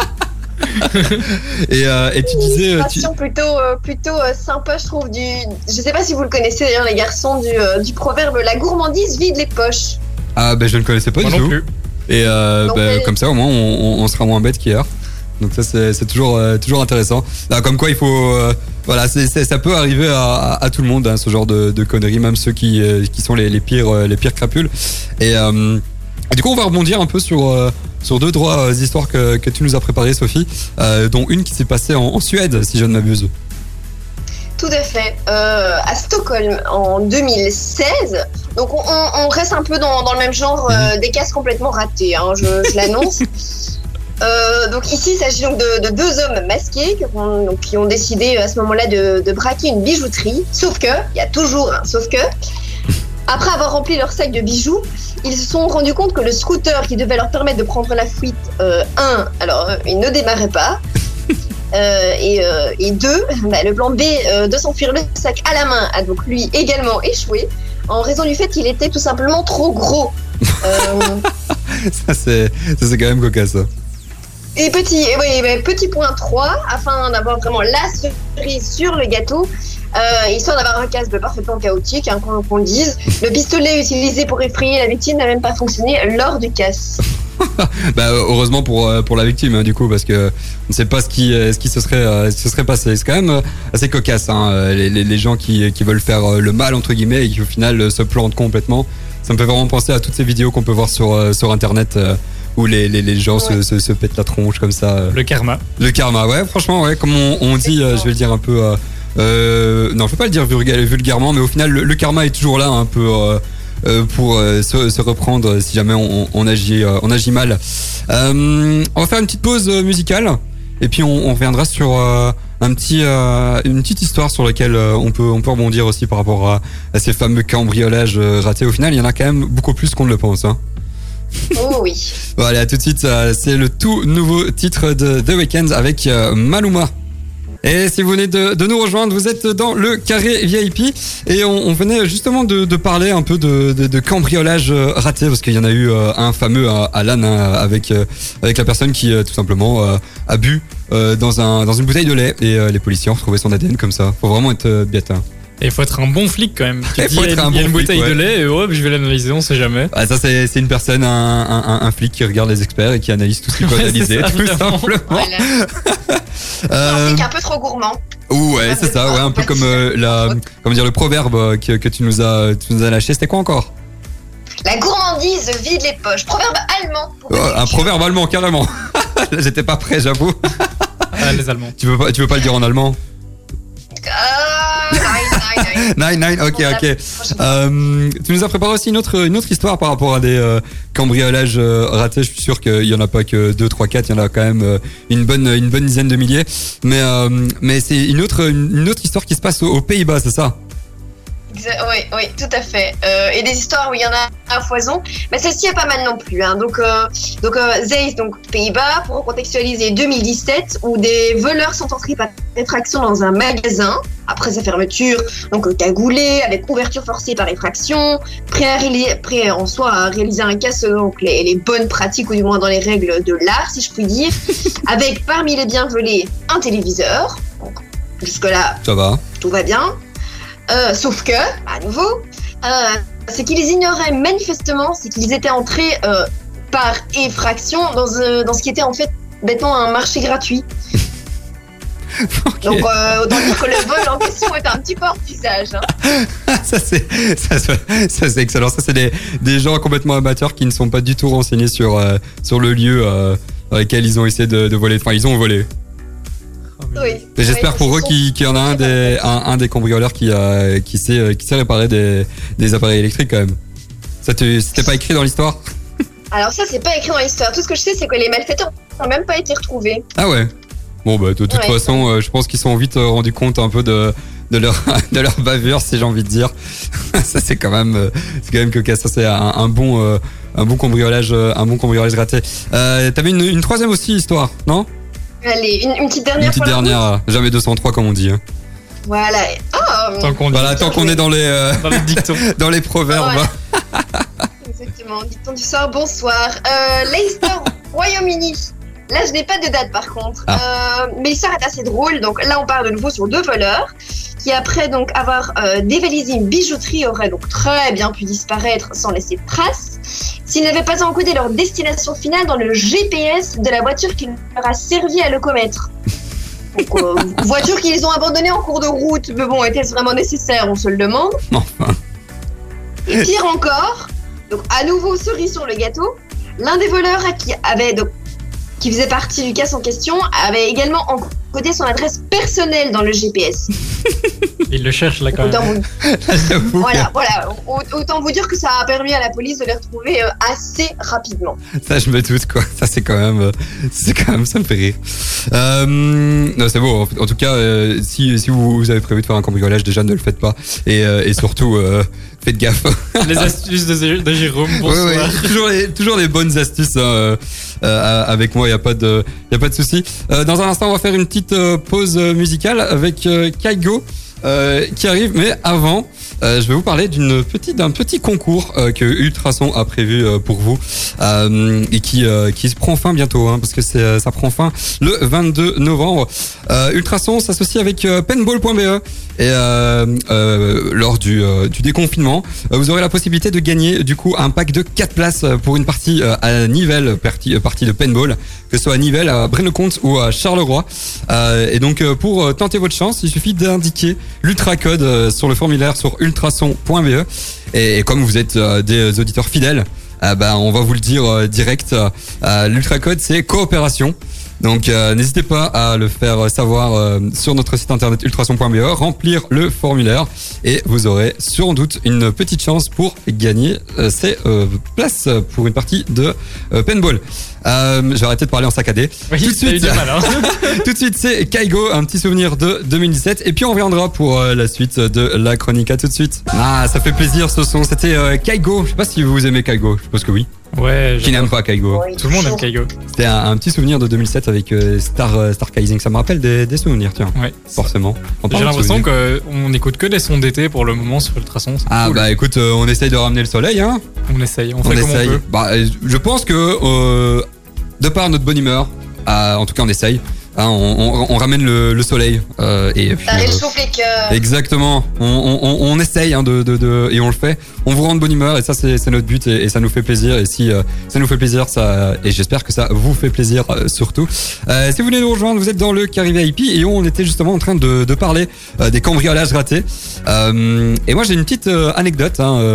Et, euh, et tu disais... euh, tu- Illustration plutôt, euh, plutôt euh, sympa, je trouve. Du... Je sais pas si vous le connaissez d'ailleurs, les garçons, du, euh, du proverbe la gourmandise vide les poches. Ah, ben je ne connaissais pas Moi du non tout. plus. Et euh, Donc, bah, euh, comme ça, au moins, on, on- on sera moins bête qu'hier. Donc ça, c'est, c'est toujours, euh, toujours intéressant. Ah, comme quoi, il faut... euh, voilà, c'est, c'est- ça peut arriver à, à, à tout le monde, hein, ce genre de, de conneries, même ceux qui, euh, qui sont les, les, pires, euh, les pires crapules. Et, euh, et du coup, on va rebondir un peu sur, euh, sur deux, trois euh, histoires que, que tu nous as préparées, Sophie, euh, dont une qui s'est passée en, en Suède, si je ne m'abuse. Tout à fait. Euh, à Stockholm en deux mille seize. Donc on, on- on reste un peu dans, dans le même genre euh, des cases complètement ratées, hein, je, je l'annonce. Euh, donc ici, il s'agit donc de, de deux hommes masqués qui ont, donc, qui ont décidé à ce moment-là de, de braquer une bijouterie. Sauf que, il y a toujours un sauf que, après avoir rempli leur sac de bijoux, ils se sont rendus compte que le scooter qui devait leur permettre de prendre la fuite, euh, un, alors euh, il ne démarrait pas. Euh, et, euh, et deux, bah, le plan B euh, de s'enfuir le sac à la main a donc lui également échoué en raison du fait qu'il était tout simplement trop gros. Euh, Ça, c'est, ça, c'est quand même cocasse, ça. et petit, et oui, bah, petit point trois, afin d'avoir vraiment la cerise sur le gâteau, euh, histoire d'avoir un casse parfaitement chaotique, hein, qu'on, qu'on le dise, le pistolet utilisé pour effrayer la victime n'a même pas fonctionné lors du casse. Bah, heureusement pour, euh, pour la victime, hein, du coup, parce que on ne sait pas ce qui, euh, ce qui se, serait, euh, ce qui se serait passé. C'est quand même euh, assez cocasse, hein, euh, les, les, les gens qui, qui veulent faire euh, le mal, entre guillemets, et qui au final euh, se plantent complètement. Ça me fait vraiment penser à toutes ces vidéos qu'on peut voir sur, euh, sur Internet euh, où les, les, les gens Ouais. se, se, se pètent la tronche comme ça. euh. Le karma. Le karma, ouais, franchement, ouais, comme on, on dit, euh, je vais le dire un peu... Euh, euh, non, je vais pas le dire vulga- vulgairement, mais au final, le, le karma est toujours là, un peu... Euh, euh, pour euh, se, se reprendre si jamais on, on agit euh, on agit mal. Euh, on va faire une petite pause euh, musicale et puis on, on reviendra sur euh, un petit euh, une petite histoire sur laquelle euh, on peut on peut rebondir aussi par rapport à, à ces fameux cambriolages euh, ratés. Au final, il y en a quand même beaucoup plus qu'on ne le pense, hein. Oh oui. Bon, allez, à tout de suite. euh, C'est le tout nouveau titre de The Weeknd avec euh, Maluma. Et si vous venez de, de nous rejoindre, vous êtes dans le carré V I P et on, on venait justement de, de parler un peu de, de, de cambriolage euh, raté parce qu'il y en a eu euh, un fameux à, à Lannes hein, avec euh, avec la personne qui euh, tout simplement euh, a bu euh, dans un dans une bouteille de lait et euh, les policiers ont retrouvé son A D N comme ça. Faut vraiment être euh, bête. Hein. Et il faut être un bon flic quand même. Tu Il dis, faut il y a être une, un il y a bon une flic, bouteille ouais. de lait et hop, je vais l'analyser, on sait jamais. Ah, ça c'est c'est une personne, un, un, un, un flic qui regarde les experts et qui analyse tout ce qu'il peut Ouais, analyser, c'est ça, tout vraiment. simplement. Voilà. Euh, Un flic un peu trop gourmand. ouais, c'est ça, ouais, un peu comme euh, la, comment dire, le proverbe euh, que, que tu nous as, tu nous as lâché. C'était quoi encore? La gourmandise vide les poches. Proverbe allemand. pour Oh, un réfléchir. proverbe allemand, carrément. Là, j'étais pas prêt, j'avoue. Ah, les Allemands. Tu veux pas, tu veux pas le dire en allemand? Nine, Nine, nine, ok, ok. Euh, tu nous as préparé aussi une autre, une autre histoire par rapport à des euh, cambriolages euh, ratés. Je suis sûr qu'il y en a pas que deux, trois, quatre. Il y en a quand même euh, une bonne, une bonne dizaine de milliers. Mais, euh, mais c'est une autre, une autre histoire qui se passe aux, aux Pays-Bas, c'est ça? Oui, oui, tout à fait. Euh, et des histoires où il y en a à foison. Mais celle-ci, il y a pas mal non plus. Hein. Donc, euh, donc euh, Zeist, donc Pays-Bas, pour contextualiser deux mille dix-sept, où des voleurs sont entrés par effraction dans un magasin, après sa fermeture, donc euh, cagoulés, avec ouverture forcée par effraction, prêts, à réaliser, prêts en soi à réaliser un casse, donc les, les bonnes pratiques, ou du moins dans les règles de l'art, si je puis dire, avec parmi les biens volés, un téléviseur. Donc, jusque-là, ça va. Tout va bien. Euh, sauf que, à nouveau, euh, ce qu'ils ignoraient manifestement, c'est qu'ils étaient entrés euh, par effraction dans, euh, dans ce qui était en fait bêtement un marché gratuit. Okay. Donc euh, autant dire que le vol en question est un petit peu hors d'usage. Hein. ça, c'est, ça, ça c'est excellent. Ça c'est des, des gens complètement amateurs qui ne sont pas du tout renseignés sur, euh, sur le lieu euh, dans lequel ils ont essayé de, de voler. Enfin, ils ont volé. Oui. Et j'espère oui, pour eux qu'il, qu'il y en a un des, un, un des cambrioleurs qui, a, qui, sait, qui sait réparer des, des appareils électriques quand même. Ça te, c'était pas écrit dans l'histoire? Alors ça, c'est pas écrit dans l'histoire. Tout ce que je sais, c'est que les malfaiteurs n'ont même pas été retrouvés. Ah ouais. Bon bah de toute ouais, façon, euh, je pense qu'ils sont vite euh, rendus compte un peu de, de leur de leur bavure, si j'ai envie de dire. Ça c'est quand même euh, c'est quand même cocasse. Ça c'est un, un bon euh, un bon cambriolage euh, un bon cambriolage raté. Euh, t'avais une, une troisième aussi histoire, non? Allez, une, une petite dernière. Une petite dernière, euh, jamais deux cent trois comme on dit. Hein. Voilà. Oh, tant qu'on, voilà, tant qu'on est dans les euh, dans les dictons, dans les proverbes. Voilà. Exactement. Dicton du soir. Bonsoir. Euh, Leicester, Royaume-Uni. Là, je n'ai pas de date par contre, ah. euh, mais l'histoire est assez drôle. Donc là, on parle de nouveau sur deux voleurs qui, après donc avoir euh, dévalisé une bijouterie, auraient donc très bien pu disparaître sans laisser de traces s'ils n'avaient pas encodé leur destination finale dans le G P S de la voiture qui leur a servi à le commettre. Donc, euh, voiture qu'ils ont abandonnée en cours de route, mais bon, était-ce vraiment nécessaire? On se le demande. Enfin. Et pire encore, donc à nouveau cerise sur le gâteau, l'un des voleurs qui avait donc qui faisait partie du casse en question, avait également encodé son adresse personnelle dans le G P S. Il le cherche là quand autant même. Vous... voilà, voilà. Autant vous dire que ça a permis à la police de les retrouver assez rapidement. Ça, je me doute, quoi. Ça, c'est quand même, c'est quand même, ça me fait rire. Euh, non, c'est bon. En tout cas, euh, si, si vous, vous avez prévu de faire un cambriolage, déjà, ne le faites pas. Et, euh, et surtout, euh, faites gaffe. Les astuces de, de Jérôme, bonsoir. Ouais, ouais. Toujours les, toujours les bonnes astuces, hein, euh, avec moi, il y a pas de, il y a pas de souci. Euh, dans un instant, on va faire une petite euh, pause musicale avec euh, Kaigo euh, qui arrive. Mais avant, euh, je vais vous parler d'une petite, d'un petit concours euh, que Ultrason a prévu euh, pour vous euh, et qui, euh, qui se prend fin bientôt, hein, parce que c'est, ça prend fin le vingt-deux novembre. Euh, Ultrason s'associe avec euh, paintball point b e et euh, euh, lors du, euh, du déconfinement, euh, vous aurez la possibilité de gagner du coup un pack de quatre places pour une partie euh, à Nivelles, partie, partie de paintball, que ce soit à Nivelles, à Braine-le-Comte ou à Charleroi. Euh, et donc euh, pour tenter votre chance, il suffit d'indiquer l'ultracode euh, sur le formulaire sur ultrason point b e. Et, et comme vous êtes euh, des auditeurs fidèles, euh, bah, on va vous le dire euh, direct. Euh, l'ultracode, c'est coopération. Donc euh, n'hésitez pas à le faire savoir euh, sur notre site internet ultrason point b e, remplir le formulaire et vous aurez sans doute une petite chance pour gagner euh, ces euh, places pour une partie de euh, paintball. Euh, je vais arrêter de parler en saccadé. Oui, tout de suite, du mal, hein. Tout de suite, c'est Kaigo, un petit souvenir de deux mille dix-sept. Et puis on reviendra pour euh, la suite de la chronique. À tout de suite. Ah, ça fait plaisir ce son. C'était euh, Kaigo. Je sais pas si vous aimez Kaigo. Je suppose que oui. Ouais. Qui n'aime pas Kaigo? Oui. Tout le monde aime Kaigo. C'était un, un petit souvenir de deux mille sept avec euh, Star euh, Starkazing. Ça me rappelle des, des souvenirs, tiens. Ouais. Forcément. J'ai l'impression qu'on écoute que des sons d'été pour le moment sur Ultrason. Ah cool. Bah écoute, euh, on essaye de ramener le soleil, hein. On essaye. On, On fait comme essaye. on peut. Bah, je pense que euh, de par notre bonne humeur, euh, en tout cas on essaye. Hein, on, on, on ramène le, le soleil euh, et puis, ça euh, réchauffe les cœurs. Exactement. On, on, on essaye hein, de, de, de et on le fait. On vous rend de bonne humeur et ça c'est, c'est notre but et, et ça nous fait plaisir. Et si euh, ça nous fait plaisir, ça et j'espère que ça vous fait plaisir euh, surtout. Euh, si vous voulez nous rejoindre, vous êtes dans le Carré V I P et on était justement en train de, de parler euh, des cambriolages ratés. Euh, et moi j'ai une petite euh, anecdote. Hein, euh,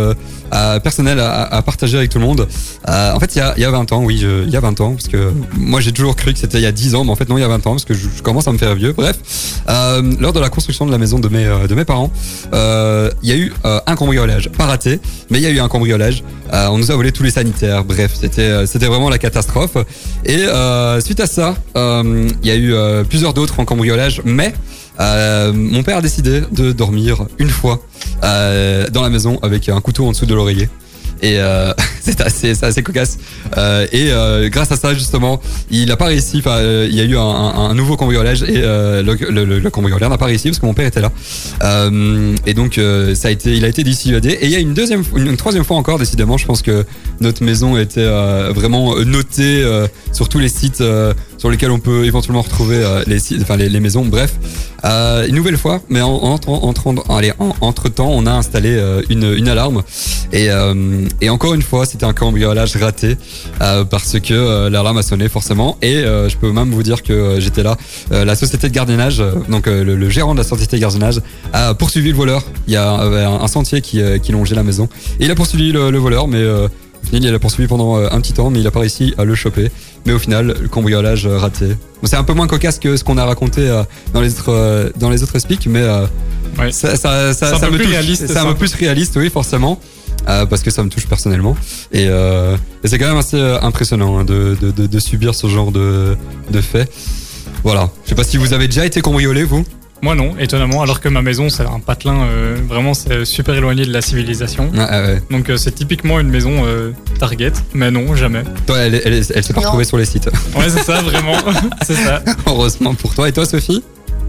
euh, personnel à, à partager avec tout le monde. Euh, en fait, il y a, il y a vingt ans, oui, je, il y a vingt ans, parce que moi j'ai toujours cru que c'était il y a dix ans, mais en fait non, il y a vingt ans, parce que je, je commence à me faire vieux. Bref, euh, lors de la construction de la maison de mes, euh, de mes parents, euh, il y a eu euh, un cambriolage, pas raté, mais il y a eu un cambriolage. Euh, on nous a volé tous les sanitaires. Bref, c'était, euh, c'était vraiment la catastrophe. Et euh, suite à ça, euh, il y a eu euh, plusieurs d'autres en cambriolage, mais euh, mon père a décidé de dormir une fois euh, dans la maison avec un couteau en dessous de l'oreiller. Et euh, c'est assez, c'est assez cocasse. Euh, et euh, grâce à ça, justement, il a pas réussi. Enfin, euh, il y a eu un, un, un nouveau cambriolage et euh, le, le, le, le cambrioleur n'a pas réussi parce que mon père était là. Euh, et donc, euh, ça a été, il a été dissuadé. Et il y a une deuxième, une, une troisième fois encore, décidément, je pense que notre maison était euh, vraiment notée euh, sur tous les sites euh, sur lesquels on peut éventuellement retrouver euh, les sites, enfin les, les maisons. Bref, euh, une nouvelle fois, mais en, en, en, en, allez, en, entre temps, on a installé euh, une, une alarme et euh, Et encore une fois, c'était un cambriolage raté euh, parce que euh, l'alarme a sonné forcément. Et euh, je peux même vous dire que euh, j'étais là. Euh, la société de gardiennage, euh, donc euh, le, le gérant de la société de gardiennage, a poursuivi le voleur. Il y a euh, un, un sentier qui, euh, qui longeait la maison. Et il a poursuivi le, le voleur, mais euh, au final, il l'a poursuivi pendant euh, un petit temps, mais il n'a pas réussi à le choper. Mais au final, le cambriolage euh, raté. Bon, c'est un peu moins cocasse que ce qu'on a raconté euh, dans les autres euh, dans les autres speaks, mais euh, ouais. ça, ça, ça, c'est un ça peu me plus touche. réaliste. C'est un peu plus réaliste, oui, forcément. Euh, parce que ça me touche personnellement et, euh, et c'est quand même assez euh, impressionnant hein, de, de, de, de subir ce genre de, de fait. Voilà, je sais pas si vous avez déjà été cambriolé vous. Moi non, étonnamment, alors que ma maison c'est un patelin, euh, vraiment c'est super éloigné de la civilisation. Ah, ah ouais. Donc euh, c'est typiquement une maison euh, Target, mais non, jamais. Toi, elle, elle, elle, elle s'est pas retrouvée sur les sites. Ouais, c'est ça, vraiment, c'est ça. Heureusement pour toi. Et toi, Sophie?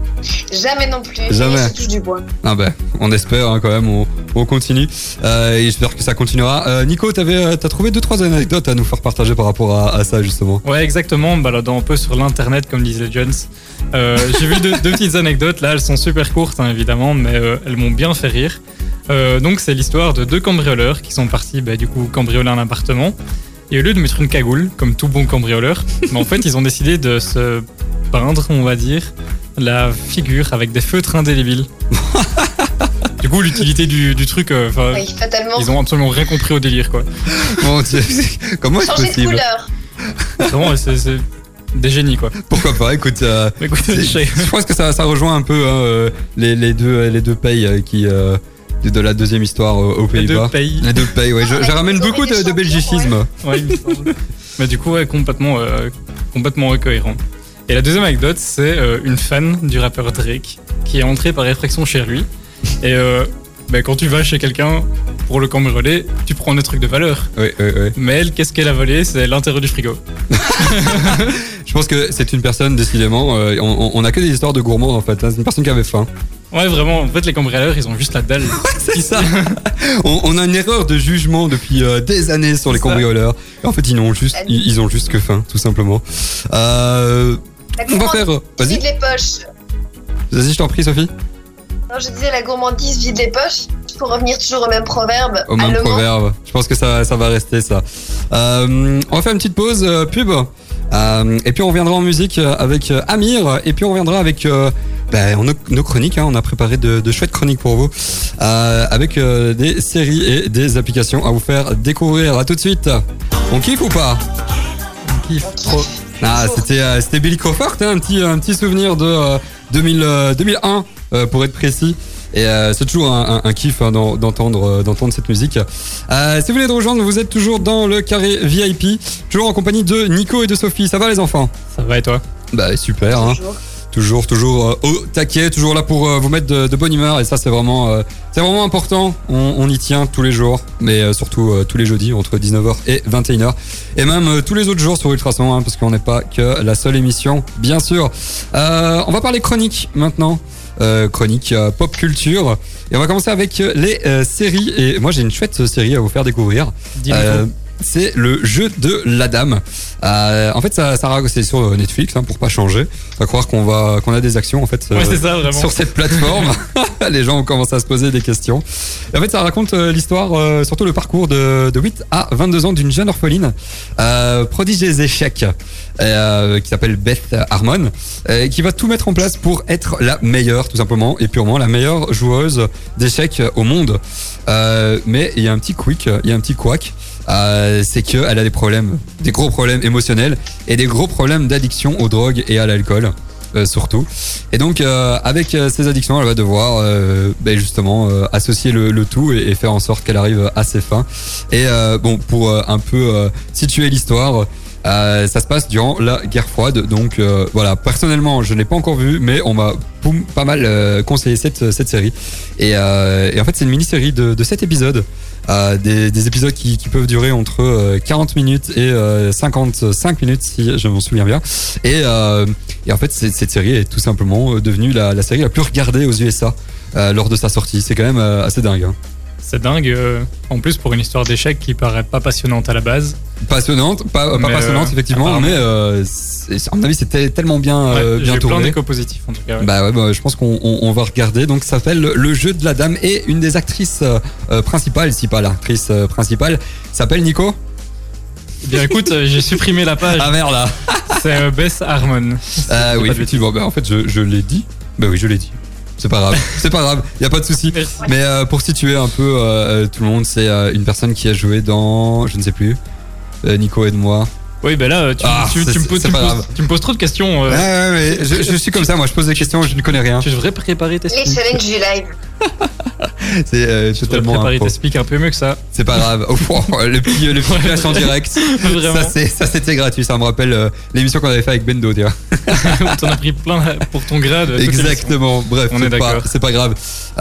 Jamais non plus. Jamais. Je touche du bois. Ah ben, on espère hein, quand même, on, on continue. Euh, et j'espère que ça continuera. Euh, Nico, t'avais, t'as trouvé deux trois anecdotes à nous faire partager par rapport à, à ça justement. Ouais, exactement. Baladant un peu sur l'internet, comme disait Jones. Euh, j'ai vu deux, deux petites anecdotes. Là, elles sont super courtes, hein, évidemment, mais euh, elles m'ont bien fait rire. Euh, donc, c'est l'histoire de deux cambrioleurs qui sont partis, bah, du coup, cambrioler un appartement. Et au lieu de mettre une cagoule, comme tout bon cambrioleur, mais en fait, ils ont décidé de se peindre, on va dire, la figure avec des feutres indélébiles. Du coup, l'utilité du, du truc, euh, oui, fatalement. Ils ont absolument rien compris au délire, quoi. Mon Dieu, comment c'est Changer possible? de couleur. Vraiment, c'est, c'est des génies, quoi. Pourquoi pas? Écoute, euh, Écoute je, je pense que ça, ça rejoint un peu hein, les, les deux, les deux pays qui. Euh, de la deuxième histoire aux Pays-Bas. Les deux pays. Les deux pays, ouais. Je, je ramène beaucoup de, de belgicisme. Ouais, il me semble. Mais du coup, ouais, complètement, euh, complètement incohérent. Et la deuxième anecdote, c'est euh, une fan du rappeur Drake qui est entrée par effraction chez lui. Et euh, bah, quand tu vas chez quelqu'un pour le cambrioler, tu prends des trucs de valeur. Oui, oui, oui. Mais elle, qu'est-ce qu'elle a volé? C'est l'intérieur du frigo. Je pense que c'est une personne, décidément. Euh, on, on a que des histoires de gourmands, en fait. Hein. C'est une personne qui avait faim. Ouais, vraiment. En fait, les cambrioleurs, ils ont juste la dalle. C'est ça. on, on a une erreur de jugement depuis euh, des années sur les cambrioleurs. Et en fait, ils n'ont juste, ils, ils ont juste que faim, tout simplement. Euh, on va faire. Vas-y. Vide les poches. Vas-y, je t'en prie, Sophie. Non, je disais la gourmandise vide les poches. Pour revenir toujours au même proverbe. Au même allemand. Proverbe. Je pense que ça, ça va rester ça. Euh, on va faire une petite pause euh, pub. Euh, et puis on reviendra en musique avec euh, Amir. Et puis on reviendra avec euh, ben, nos, nos chroniques. Hein. On a préparé de, de chouettes chroniques pour vous. Euh, avec euh, des séries et des applications à vous faire découvrir. À tout de suite. On kiffe ou pas? On kiffe trop. Ah, c'était, euh, c'était Billy Crawford, hein, un, petit, un petit souvenir de euh, deux mille, euh, deux mille un euh, pour être précis. Et euh, c'est toujours un, un, un kiff hein, d'entendre, euh, d'entendre cette musique. Euh, si vous voulez nous rejoindre, vous êtes toujours dans le carré V I P, toujours en compagnie de Nico et de Sophie. Ça va les enfants? Ça va et toi? Bah super. Hein. Toujours, toujours euh, au taquet, toujours là pour euh, vous mettre de, de bonne humeur. Et ça c'est vraiment, euh, c'est vraiment important. On, on y tient tous les jours, mais euh, surtout euh, tous les jeudis entre dix-neuf heures et vingt et une heures. Et même euh, tous les autres jours sur Ultrason, hein, parce qu'on n'est pas que la seule émission, bien sûr. Euh, on va parler chronique maintenant. Euh, chronique euh, pop culture et on va commencer avec les euh, séries et moi j'ai une chouette série à vous faire découvrir. Dis-nous. Euh, c'est le jeu de la dame. Euh, en fait, ça, ça c'est sur Netflix, hein, pour pas changer. On va croire qu'on va, qu'on a des actions en fait ouais, c'est ça, vraiment. sur cette plateforme. Les gens ont commencé à se poser des questions. Et en fait, ça raconte euh, l'histoire, euh, surtout le parcours de, de huit à vingt-deux ans d'une jeune orpheline, euh, prodige des échecs, euh, qui s'appelle Beth Harmon, euh, qui va tout mettre en place pour être la meilleure, tout simplement, et purement la meilleure joueuse d'échecs au monde. Euh, mais il y a un petit quick, il y a un petit couac. Euh, c'est que elle a des problèmes, des gros problèmes émotionnels et des gros problèmes d'addiction aux drogues et à l'alcool, euh, surtout. Et donc, euh, avec euh, ces addictions, elle va devoir euh, ben justement euh, associer le, le tout et, et faire en sorte qu'elle arrive à ses fins. Et euh, bon, pour euh, un peu euh, situer l'histoire. Euh, ça se passe durant la guerre froide, donc euh, voilà. Personnellement, je n'ai pas encore vu, mais on m'a poum, pas mal euh, conseillé cette cette série. Et, euh, et en fait, c'est une mini-série de, de sept épisodes, euh, des, des épisodes qui, qui peuvent durer entre euh, quarante minutes et euh, cinquante-cinq minutes, si je m'en souviens bien. Et, euh, et en fait, cette, cette série est tout simplement devenue la, la série la plus regardée aux U S A euh, lors de sa sortie. C'est quand même euh, assez dingue. Hein. C'est dingue, euh, en plus pour une histoire d'échec qui paraît pas passionnante à la base. Passionnante, pas, pas passionnante euh, effectivement, mais euh, à mon avis c'était tellement bien, euh, ouais, bien j'ai tourné. Plein d'échos positifs en tout cas. Ouais. Bah ouais, bah, je pense qu'on on, on va regarder. Donc ça s'appelle Le Jeu de la Dame et une des actrices euh, principales, si pas l'actrice euh, principale, s'appelle Nico. Eh bien écoute, euh, j'ai supprimé la page. Ah merde là. C'est euh, Beth Harmon. Ah oui effectivement, bah, en fait je, je l'ai dit. Bah oui je l'ai dit. C'est pas grave, c'est pas grave, y a pas de souci. Mais euh, pour situer un peu euh, tout le monde, c'est euh, une personne qui a joué dans, je ne sais plus, euh, Nico aide-moi. Oui, ben là, tu, ah, tu, tu, me, poses, tu, me poses, tu me poses trop de questions. Euh... Ouais, ouais, mais je, je suis comme ça, moi, je pose des questions, je ne connais rien. Tu devrais préparer tes speaks. Les challenges du live. C'est euh, totalement. Préparer tes speaks un peu mieux que ça. C'est pas grave. Oh, oh, le petit, le petit flash en direct. Ça, c'est, ça, c'était gratuit. Ça me rappelle euh, l'émission qu'on avait fait avec Bendo, tu vois. On t'en a pris plein pour ton grade. Exactement. Bref, on c'est, est pas, c'est pas grave.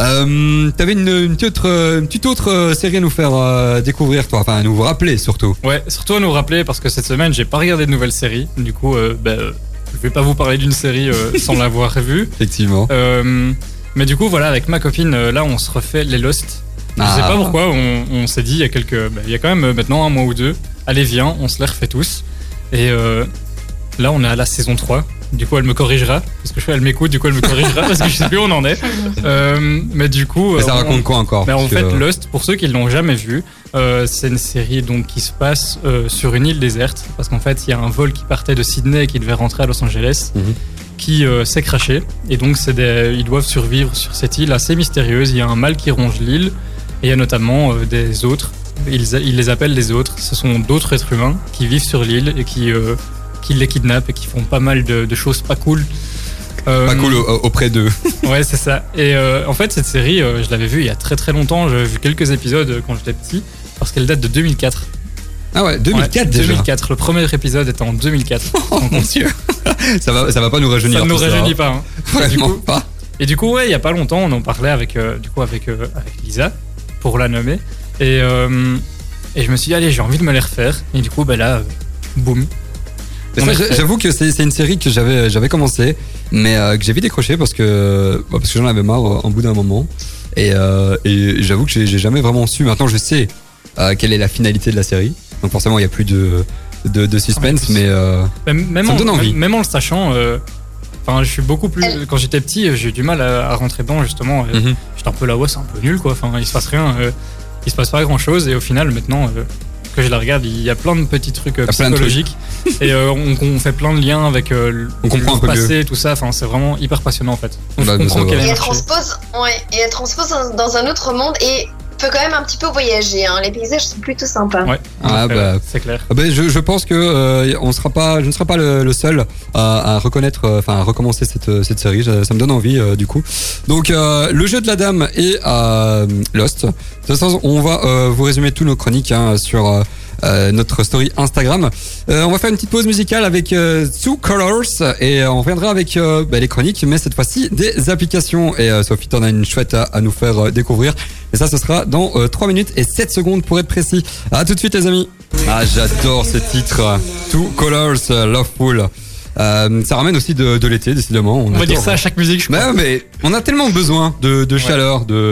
Euh, t'avais une, une, toute autre, une toute autre série à nous faire euh, découvrir, toi. Enfin, à nous rappeler surtout. Ouais, surtout à nous rappeler parce que cette semaine, j'ai pas regardé de nouvelles séries. Du coup, euh, bah, je vais pas vous parler d'une série euh, sans l'avoir vue. Effectivement. Euh, mais du coup, voilà, avec ma copine, euh, là, on se refait les Lost. Je ah. sais pas pourquoi, on, on s'est dit il y a quelques, bah, il y a quand même maintenant un mois ou deux. Allez, viens, on se les refait tous. Et euh, là, on est à la saison trois. Du coup, elle me corrigera. Parce que je fais, elle m'écoute, du coup, elle me corrigera parce que je sais plus où on en est. Euh, mais du coup. Mais ça on, raconte quoi encore bah, En fait, que... Lost, pour ceux qui l'ont jamais vu, euh, c'est une série donc, qui se passe euh, sur une île déserte. Parce qu'en fait, il y a un vol qui partait de Sydney et qui devait rentrer à Los Angeles. Mm-hmm. Qui euh, s'est crashé. Et donc, c'est des, ils doivent survivre sur cette île assez mystérieuse. Il y a un mal qui ronge l'île. Et il y a notamment euh, des autres. Ils, ils les appellent les autres. Ce sont d'autres êtres humains qui vivent sur l'île et qui. Euh, qui les kidnappent et qui font pas mal de, de choses pas cool. Euh, pas cool auprès d'eux. Ouais, c'est ça. Et euh, en fait, cette série, euh, je l'avais vue il y a très très longtemps. J'avais vu quelques épisodes quand j'étais petit, parce qu'elle date de deux mille quatre. Ah ouais, deux mille quatre ouais, déjà. deux mille quatre. Le premier épisode était en deux mille quatre. Oh mon dieu. ça va, ça va pas nous rajeunir. Ça ne nous rajeunit pas. Hein. Vraiment et du coup, pas. Et du coup, ouais, il y a pas longtemps, on en parlait avec, euh, du coup, avec, euh, avec Lisa, pour la nommer. Et, euh, et je me suis dit, allez, j'ai envie de me les refaire. Et du coup, bah là, euh, boum. Ça, j'avoue que c'est, c'est une série que j'avais, j'avais commencé, mais euh, que j'ai vite décroché parce que, bah, parce que j'en avais marre en bout d'un moment. Et, euh, et j'avoue que j'ai, j'ai jamais vraiment su. Maintenant, je sais euh, quelle est la finalité de la série. Donc forcément, il n'y a plus de, de, de suspense, mais, euh, même, même ça me en, donne envie. Même, même en le sachant, enfin, euh, je suis beaucoup plus. Quand j'étais petit, j'ai eu du mal à, à rentrer dedans justement. Euh, mm-hmm. J'étais un peu là, ouais, c'est un peu nul, quoi. Enfin, il se passe rien, euh, il se passe pas grand chose. Et au final, maintenant. Euh, que je la regarde, il y a plein de petits trucs euh, psychologiques trucs. Et euh, on, on fait plein de liens avec euh, on comprend le passé, tout ça. Enfin, c'est vraiment hyper passionnant en fait. On bah, comprend et elle transpose, ouais, et elle transpose dans un autre monde et peut quand même un petit peu voyager. Hein. Les paysages sont plutôt sympas. Ouais, ah, bah, bah, c'est clair. Bah, je, je pense que euh, on sera pas, je ne serai pas le, le seul à, à reconnaître, enfin à recommencer cette, cette série. Ça, ça me donne envie euh, du coup. Donc euh, le jeu de la dame et euh, Lost. De toute façon, on va euh, vous résumer tous nos chroniques hein, sur. Euh, Euh, notre story Instagram. Euh, on va faire une petite pause musicale avec euh, Two Colors et euh, on reviendra avec euh, bah, les chroniques, mais cette fois-ci des applications. Et euh, Sophie, t'en as une chouette à, à nous faire euh, découvrir. Et ça, ce sera dans euh, trois minutes et sept secondes pour être précis. À tout de suite, les amis. Ah, j'adore ce titre. Two Colors, euh, Loveful. Euh, ça ramène aussi de, de l'été, décidément. On, on va dire ça à chaque musique, je crois. Mais, mais on a tellement besoin de, de chaleur, ouais. de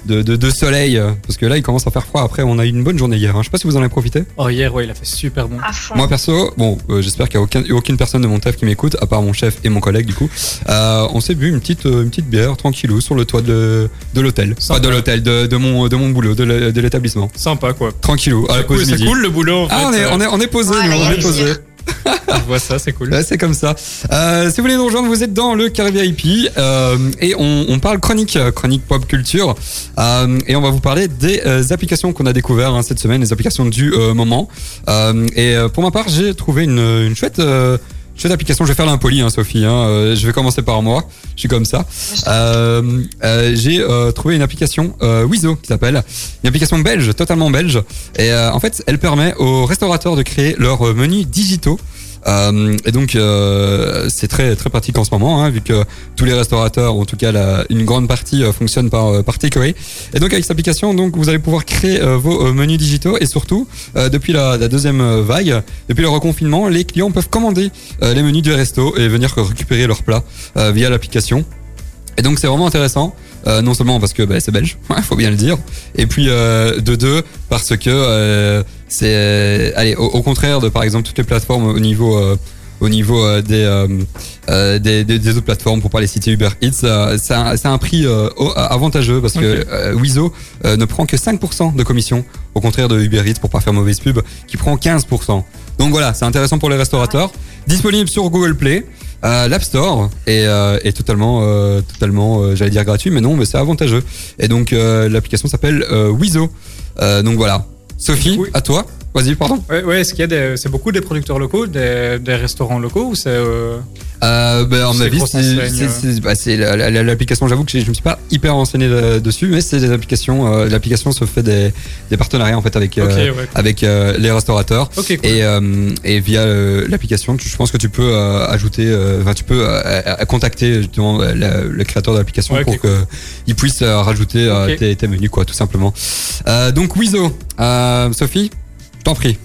de, de, de soleil, parce que là il commence à faire froid. Après on a eu une bonne journée hier, hein. Je sais pas si vous en avez profité. Oh hier ouais il a fait super bon. À fond. Moi perso, bon euh, j'espère qu'il y a aucun, aucune personne de mon taf qui m'écoute, à part mon chef et mon collègue du coup. Euh, on s'est bu une petite, une petite bière tranquillou sur le toit de, de l'hôtel. Pas de l'hôtel, de, de, mon, de mon boulot, de, le, de l'établissement. Sympa quoi. Tranquillou, à la C'est pause cool, c'est midi. cool le boulot en fait. Ah on est, euh, on est, on est posé, Ouais, nous, il y a on est le posé. plaisir. Je vois ça, c'est cool. Ouais, c'est comme ça. Euh, si vous voulez nous rejoindre, vous êtes dans le Carré V I P euh, et on, on parle chronique, chronique pop culture euh, et on va vous parler des euh, applications qu'on a découvert hein, cette semaine, les applications du euh, moment. Euh, et euh, pour ma part, j'ai trouvé une, une chouette. Euh, Chouette application, je vais faire l'impoli, hein, Sophie. Hein, euh, je vais commencer par moi. Je suis comme ça. Euh, euh, j'ai euh, trouvé une application euh, Wizo qui s'appelle, une application belge, totalement belge. Et euh, en fait, elle permet aux restaurateurs de créer leurs menus digitaux. Euh, et donc euh, c'est très très pratique en ce moment hein, vu que tous les restaurateurs, en tout cas la, une grande partie euh, fonctionne par euh, par takeaway. Et donc avec cette application, donc vous allez pouvoir créer euh, vos euh, menus digitaux et surtout euh, depuis la, la deuxième vague, depuis le reconfinement, les clients peuvent commander euh, les menus du resto et venir récupérer leurs plats euh, via l'application. Et donc c'est vraiment intéressant. Euh, non seulement parce que bah, c'est belge, il faut bien le dire, et puis euh, de deux parce que euh, c'est, euh, allez, au, au contraire de par exemple toutes les plateformes au niveau euh, au niveau euh, des, euh, euh, des, des des autres plateformes pour pas les citer Uber Eats, euh, c'est un, c'est un prix euh, avantageux parce Okay. que euh, Wizo euh, ne prend que cinq pour cent de commission au contraire de Uber Eats pour pas faire mauvaise pub qui prend quinze pour cent. Donc voilà, c'est intéressant pour les restaurateurs. Disponible sur Google Play. Euh, L'App Store est, euh, est totalement, euh, totalement, euh, j'allais dire gratuit, mais non, mais c'est avantageux. Et donc euh, l'application s'appelle euh, Wizo. Euh, donc voilà. Sophie, Oui. à toi. Vas-y, pardon. Ouais, ouais, est-ce qu'il y a des, c'est beaucoup des producteurs locaux, des, des restaurants locaux ou c'est euh... Euh, ben, à mon C'est avis, gros c'est, enseigne, c'est, euh. c'est, bah, c'est la- la- la- l'application. J'avoue que je me suis pas hyper renseigné là- dessus, mais c'est des applications. Euh, l'application se fait des, des partenariats en fait avec euh, Ok, ouais, cool. avec euh, les restaurateurs. Ok, cool. Et, euh, et via euh, l'application, tu- je pense que tu peux euh, ajouter, euh, enfin tu peux euh, euh, contacter justement euh, la- le créateur de l'application Ouais, pour ok, que il puisse euh, rajouter euh, Ok. tes, tes menus quoi, tout simplement. Euh, donc Wizo, euh, Sophie, je t'en prie.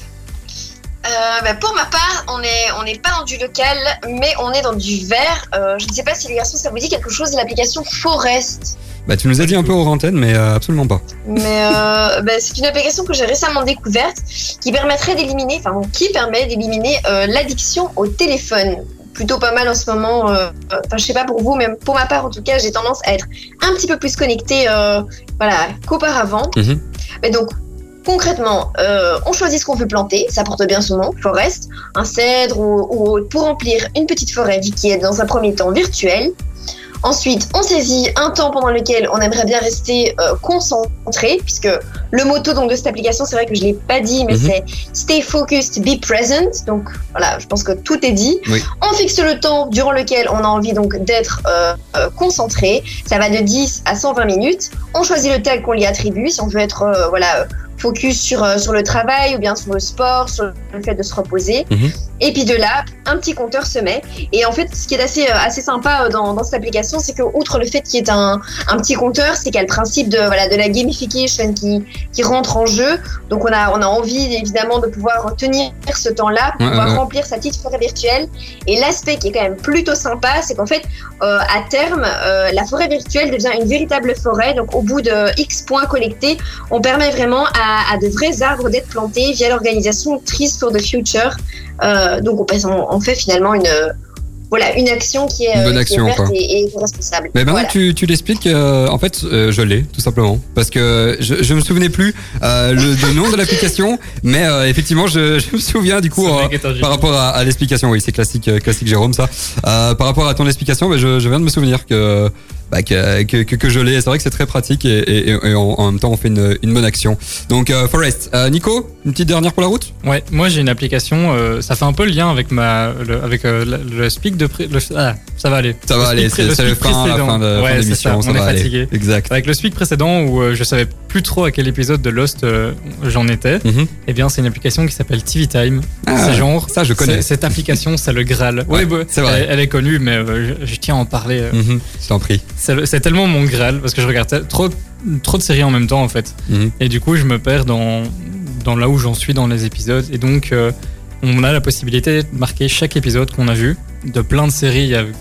Euh, bah, pour ma part, on est on n'est pas dans du local, mais on est dans du vert. Euh, je ne sais pas si les garçons, ça vous dit quelque chose de l'application Forest. Bah tu nous as dit un peu aux antennes, mais euh, absolument pas. Mais euh, bah, c'est une application que j'ai récemment découverte qui permettrait d'éliminer, enfin bon, qui permet d'éliminer euh, l'addiction au téléphone. Plutôt pas mal en ce moment. euh, euh, Enfin, je sais pas pour vous, mais pour ma part en tout cas, j'ai tendance à être un petit peu plus connectée, euh, voilà, qu'auparavant. Mhm. Mais donc concrètement, euh, on choisit ce qu'on veut planter, ça porte bien son nom, forest, un cèdre ou, ou autre, pour remplir une petite forêt qui est dans un premier temps virtuelle. Ensuite, on saisit un temps pendant lequel on aimerait bien rester euh, concentré, puisque le motto donc, de cette application, c'est vrai que je ne l'ai pas dit, mais Mhm. c'est Stay focused, be present. Donc voilà, je pense que tout est dit. Oui. On fixe le temps durant lequel on a envie donc d'être euh, euh, concentré. Ça va de dix à cent vingt minutes. On choisit le tag qu'on lui attribue, si on veut être euh, voilà, euh, focus sur, euh, sur le travail ou bien sur le sport, sur le fait de se reposer. Mhm. Et puis de là, un petit compteur se met. Et en fait, ce qui est assez, euh, assez sympa euh, dans, dans cette application, c'est que outre le fait qu'il y ait un, un petit compteur, c'est qu'il y a le principe de, voilà, de la gamification qui, qui rentre en jeu. Donc on a, on a envie évidemment de pouvoir tenir ce temps-là pour Ouais, pouvoir ouais. remplir sa petite forêt virtuelle. Et l'aspect qui est quand même plutôt sympa, c'est qu'en fait, euh, à terme, euh, la forêt virtuelle devient une véritable forêt. Donc au bout de X points collectés, on permet vraiment à, à de vrais arbres d'être plantés via l'organisation Trees for the Future. Euh, donc on, passe, on, on fait finalement une, euh, voilà, une action qui est, Une bonne euh, action, qui est verte quoi. et, et responsable. Mais maintenant Voilà. que tu, tu l'expliques, euh, en fait, euh, je l'ai, tout simplement. Parce que je, je me souvenais plus euh, le, du nom de l'application, mais euh, effectivement, je, je me souviens du coup, Ce euh, mec est un génie. par rapport à, à l'explication. Oui, c'est classique, euh, classique Jérôme, ça. Euh, par rapport à ton explication, bah, je, je viens de me souvenir que, bah, que, que, que, que je l'ai. C'est vrai que c'est très pratique et, et, et en, en même temps, on fait une, une bonne action. Donc, euh, Forest. Euh, Nico, une petite dernière pour la route? Ouais, moi j'ai une application, euh, ça fait un peu le lien avec ma, le, avec euh, le, le speak de, pré- le, ah, ça va aller. Ça va Le aller, speak pré- c'est c'est le speak fin, la précédent. fin de, fin Ouais, c'est d'émission, ça, ça, on est va aller. fatigué. Exact. Avec le speak précédent où euh, je savais plus trop à quel épisode de Lost euh, j'en étais, Mhm. eh bien c'est une application qui s'appelle T V Time. Ah, c'est genre, ça, je connais. c'est- cette application, c'est le Graal. Ouais, bah, c'est vrai. Elle, elle est connue, mais euh, je, je tiens à en parler. euh. Mhm, je t'en prie. C'est le- c'est tellement mon Graal parce que je regarde tel- trop, trop de séries en même temps en fait. Mhm. Et du coup, je me perds dans, dans là où j'en suis dans les épisodes. Et donc, euh, on a la possibilité de marquer chaque épisode qu'on a vu. De plein de séries, il y a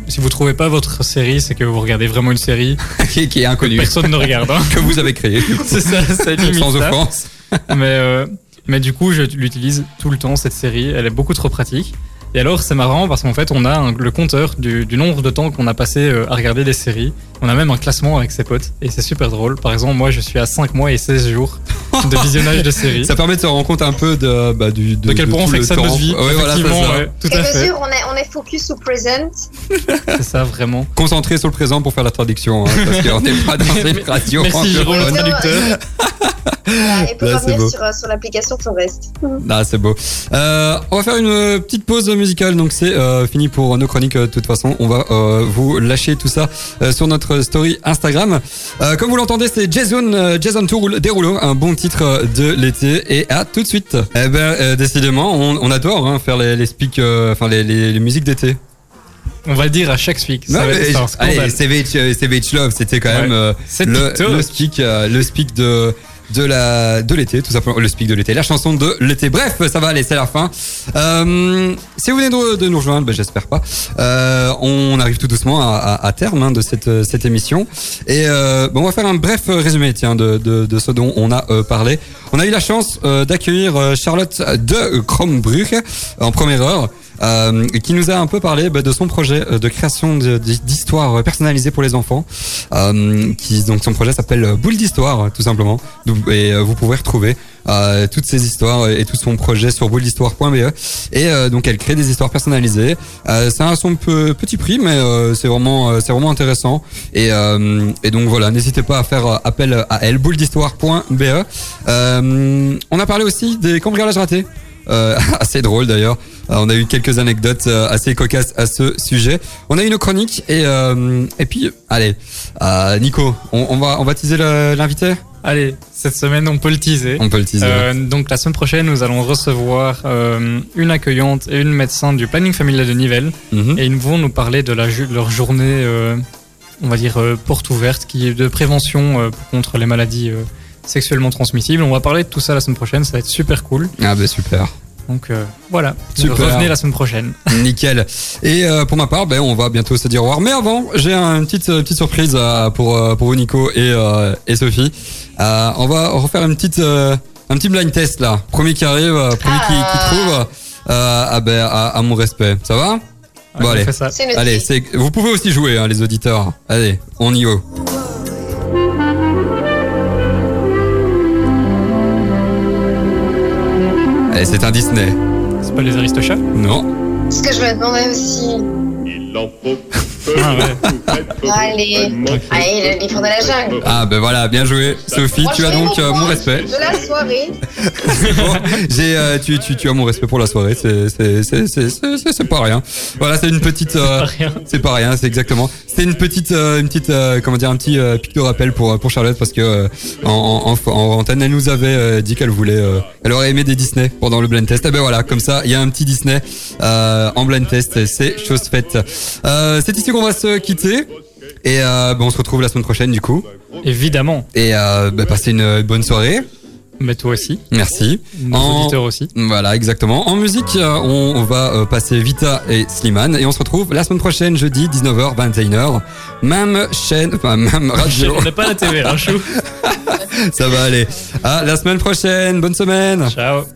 si vous trouvez pas votre série, c'est que vous regardez vraiment une série qui, qui est que inconnue. personne ne regarde. Hein. Que vous avez créé. C'est ça, c'est limite Sans ça. offense. Mais, euh, mais du coup, je l'utilise tout le temps, cette série. Elle est beaucoup trop pratique. Et alors, c'est marrant parce qu'en fait, on a un- le compteur du, du nombre de temps qu'on a passé euh, à regarder des séries. On a même un classement avec ses potes. Et c'est super drôle. Par exemple, moi, je suis à cinq mois et seize jours de visionnage de séries. Ça permet de se rendre compte un peu de, bah, du, de, De quel point on tout fait le que ça de temps. notre vie. Ouais, voilà, c'est Effectivement, ça. ouais, tout Et à bien fait. sûr, on est, on est focus sur present. C'est ça, vraiment. Concentré sur le présent pour faire la traduction, hein, parce qu'on n'est pas dans une radio. Merci, Jérôme, le anglophone. traducteur. Voilà, et pour Là, c'est beau. revenir sur, euh, sur l'application Forest. Ah, c'est beau. Euh, on va faire une euh, petite pause musicale, donc c'est euh, fini pour nos chroniques. euh, De toute façon, on va euh, vous lâcher tout ça euh, sur notre story Instagram. Euh, comme vous l'entendez, c'est Jason, euh, Jason Derulo, un bon titre euh, de l'été. Et à tout de suite. Eh ben, euh, décidément, on, on adore hein, faire les, les speaks, euh, enfin les, les, les musiques d'été. On va le dire à chaque speak. Ça Non, va mais être un je- allez, scandale. Savage, euh, Savage Love, c'était quand Ouais. même euh, C'est le, TikTok. le speak, euh, le speak de de la de l'été, tout simplement, le speak de l'été, la chanson de l'été. Bref, ça va aller, c'est la fin. Euh, si vous venez de, de nous rejoindre, ben, j'espère pas. Euh, on arrive tout doucement à, à, à terme hein, de cette cette émission. Et euh, bon, on va faire un bref résumé, tiens, de de, de ce dont on a euh, parlé. On a eu la chance euh, d'accueillir euh, Charlotte de Krombrugge en première heure. Euh, qui nous a un peu parlé bah, de son projet euh, de création de- d'histoires personnalisées pour les enfants. Euh, qui donc son projet s'appelle Boule d'histoire tout simplement. Donc, et euh, vous pouvez retrouver euh, toutes ces histoires et tout son projet sur boule d'histoire point b e. Et euh, donc elle crée des histoires personnalisées. Euh, c'est un son peu petit prix, mais euh, c'est vraiment euh, c'est vraiment intéressant. Et, euh, et donc voilà, n'hésitez pas à faire appel à elle, boule d'histoire point b e. Euh, on a parlé aussi des cambriolages ratés. Euh, assez drôle d'ailleurs. Euh, on a eu quelques anecdotes euh, assez cocasses à ce sujet. On a eu une chronique et euh, et puis allez, euh, Nico, on, on va on va teaser le- l'invité. Allez, cette semaine, on peut le teaser. On peut le teaser. Euh, donc la semaine prochaine, nous allons recevoir euh, une accueillante et une médecin du planning familial de Nivelles. Mhm. Et ils vont nous parler de la ju- leur journée, euh, on va dire, euh, porte ouverte, qui est de prévention euh, contre les maladies euh, sexuellement transmissibles. On va parler de tout ça la semaine prochaine, ça va être super cool. Ah bah super. Donc euh, voilà, Super. revenez la semaine prochaine. Nickel. Et euh, pour ma part, ben on va bientôt se dire au revoir. Mais avant, j'ai une petite euh, petite surprise euh, pour euh, pour vous, Nico et euh, et Sophie. Euh, on va refaire une petite euh, un petit blind test là. Premier qui arrive, euh, premier qui, qui trouve. Euh, ah ben à, à mon respect. Ça va? Bon on allez. fait ça. C'est noté. Allez, c'est vous pouvez aussi jouer hein, les auditeurs. Allez, on y va. Allez, c'est un Disney. C'est pas les Aristochats? Non. Ce que je me demandais aussi. Il en faut Ah ouais. Allez, allez, le livre de la jungle. Ah ben voilà, bien joué. Sophie, Moi, tu je as fais donc euh, point mon respect. De la soirée. C'est bon. J'ai, euh, tu, tu, tu as mon respect pour la soirée. C'est, c'est, c'est, c'est, c'est, c'est- c'est pas rien. Voilà, c'est une petite. euh, Pas rien. c'est pas rien, c'est exactement. C'est une petite, euh, une petite, euh, comment dire, un petit euh, pic de rappel pour pour Charlotte parce que euh, en, en, en, en antenne, elle nous avait euh, dit qu'elle voulait, euh, elle aurait aimé des Disney pendant le blind test. Et ben voilà, comme ça, il y a un petit Disney euh, en blind test. C'est chose faite. Euh, c'est ici qu'on va se quitter. Et euh, ben, on se retrouve la semaine prochaine du coup. Évidemment. Et euh, ben, passez une bonne soirée. Mais toi aussi. Merci. Nos En- auditeurs aussi. Voilà, exactement. En musique, euh, on, on va euh, passer Vita et Slimane et on se retrouve la semaine prochaine, jeudi, dix-neuf heures, vingt et une heures. Même chaîne, enfin, même radio. On n'est pas à la T V, hein, chou. Ça va aller. À la semaine prochaine. Bonne semaine. Ciao.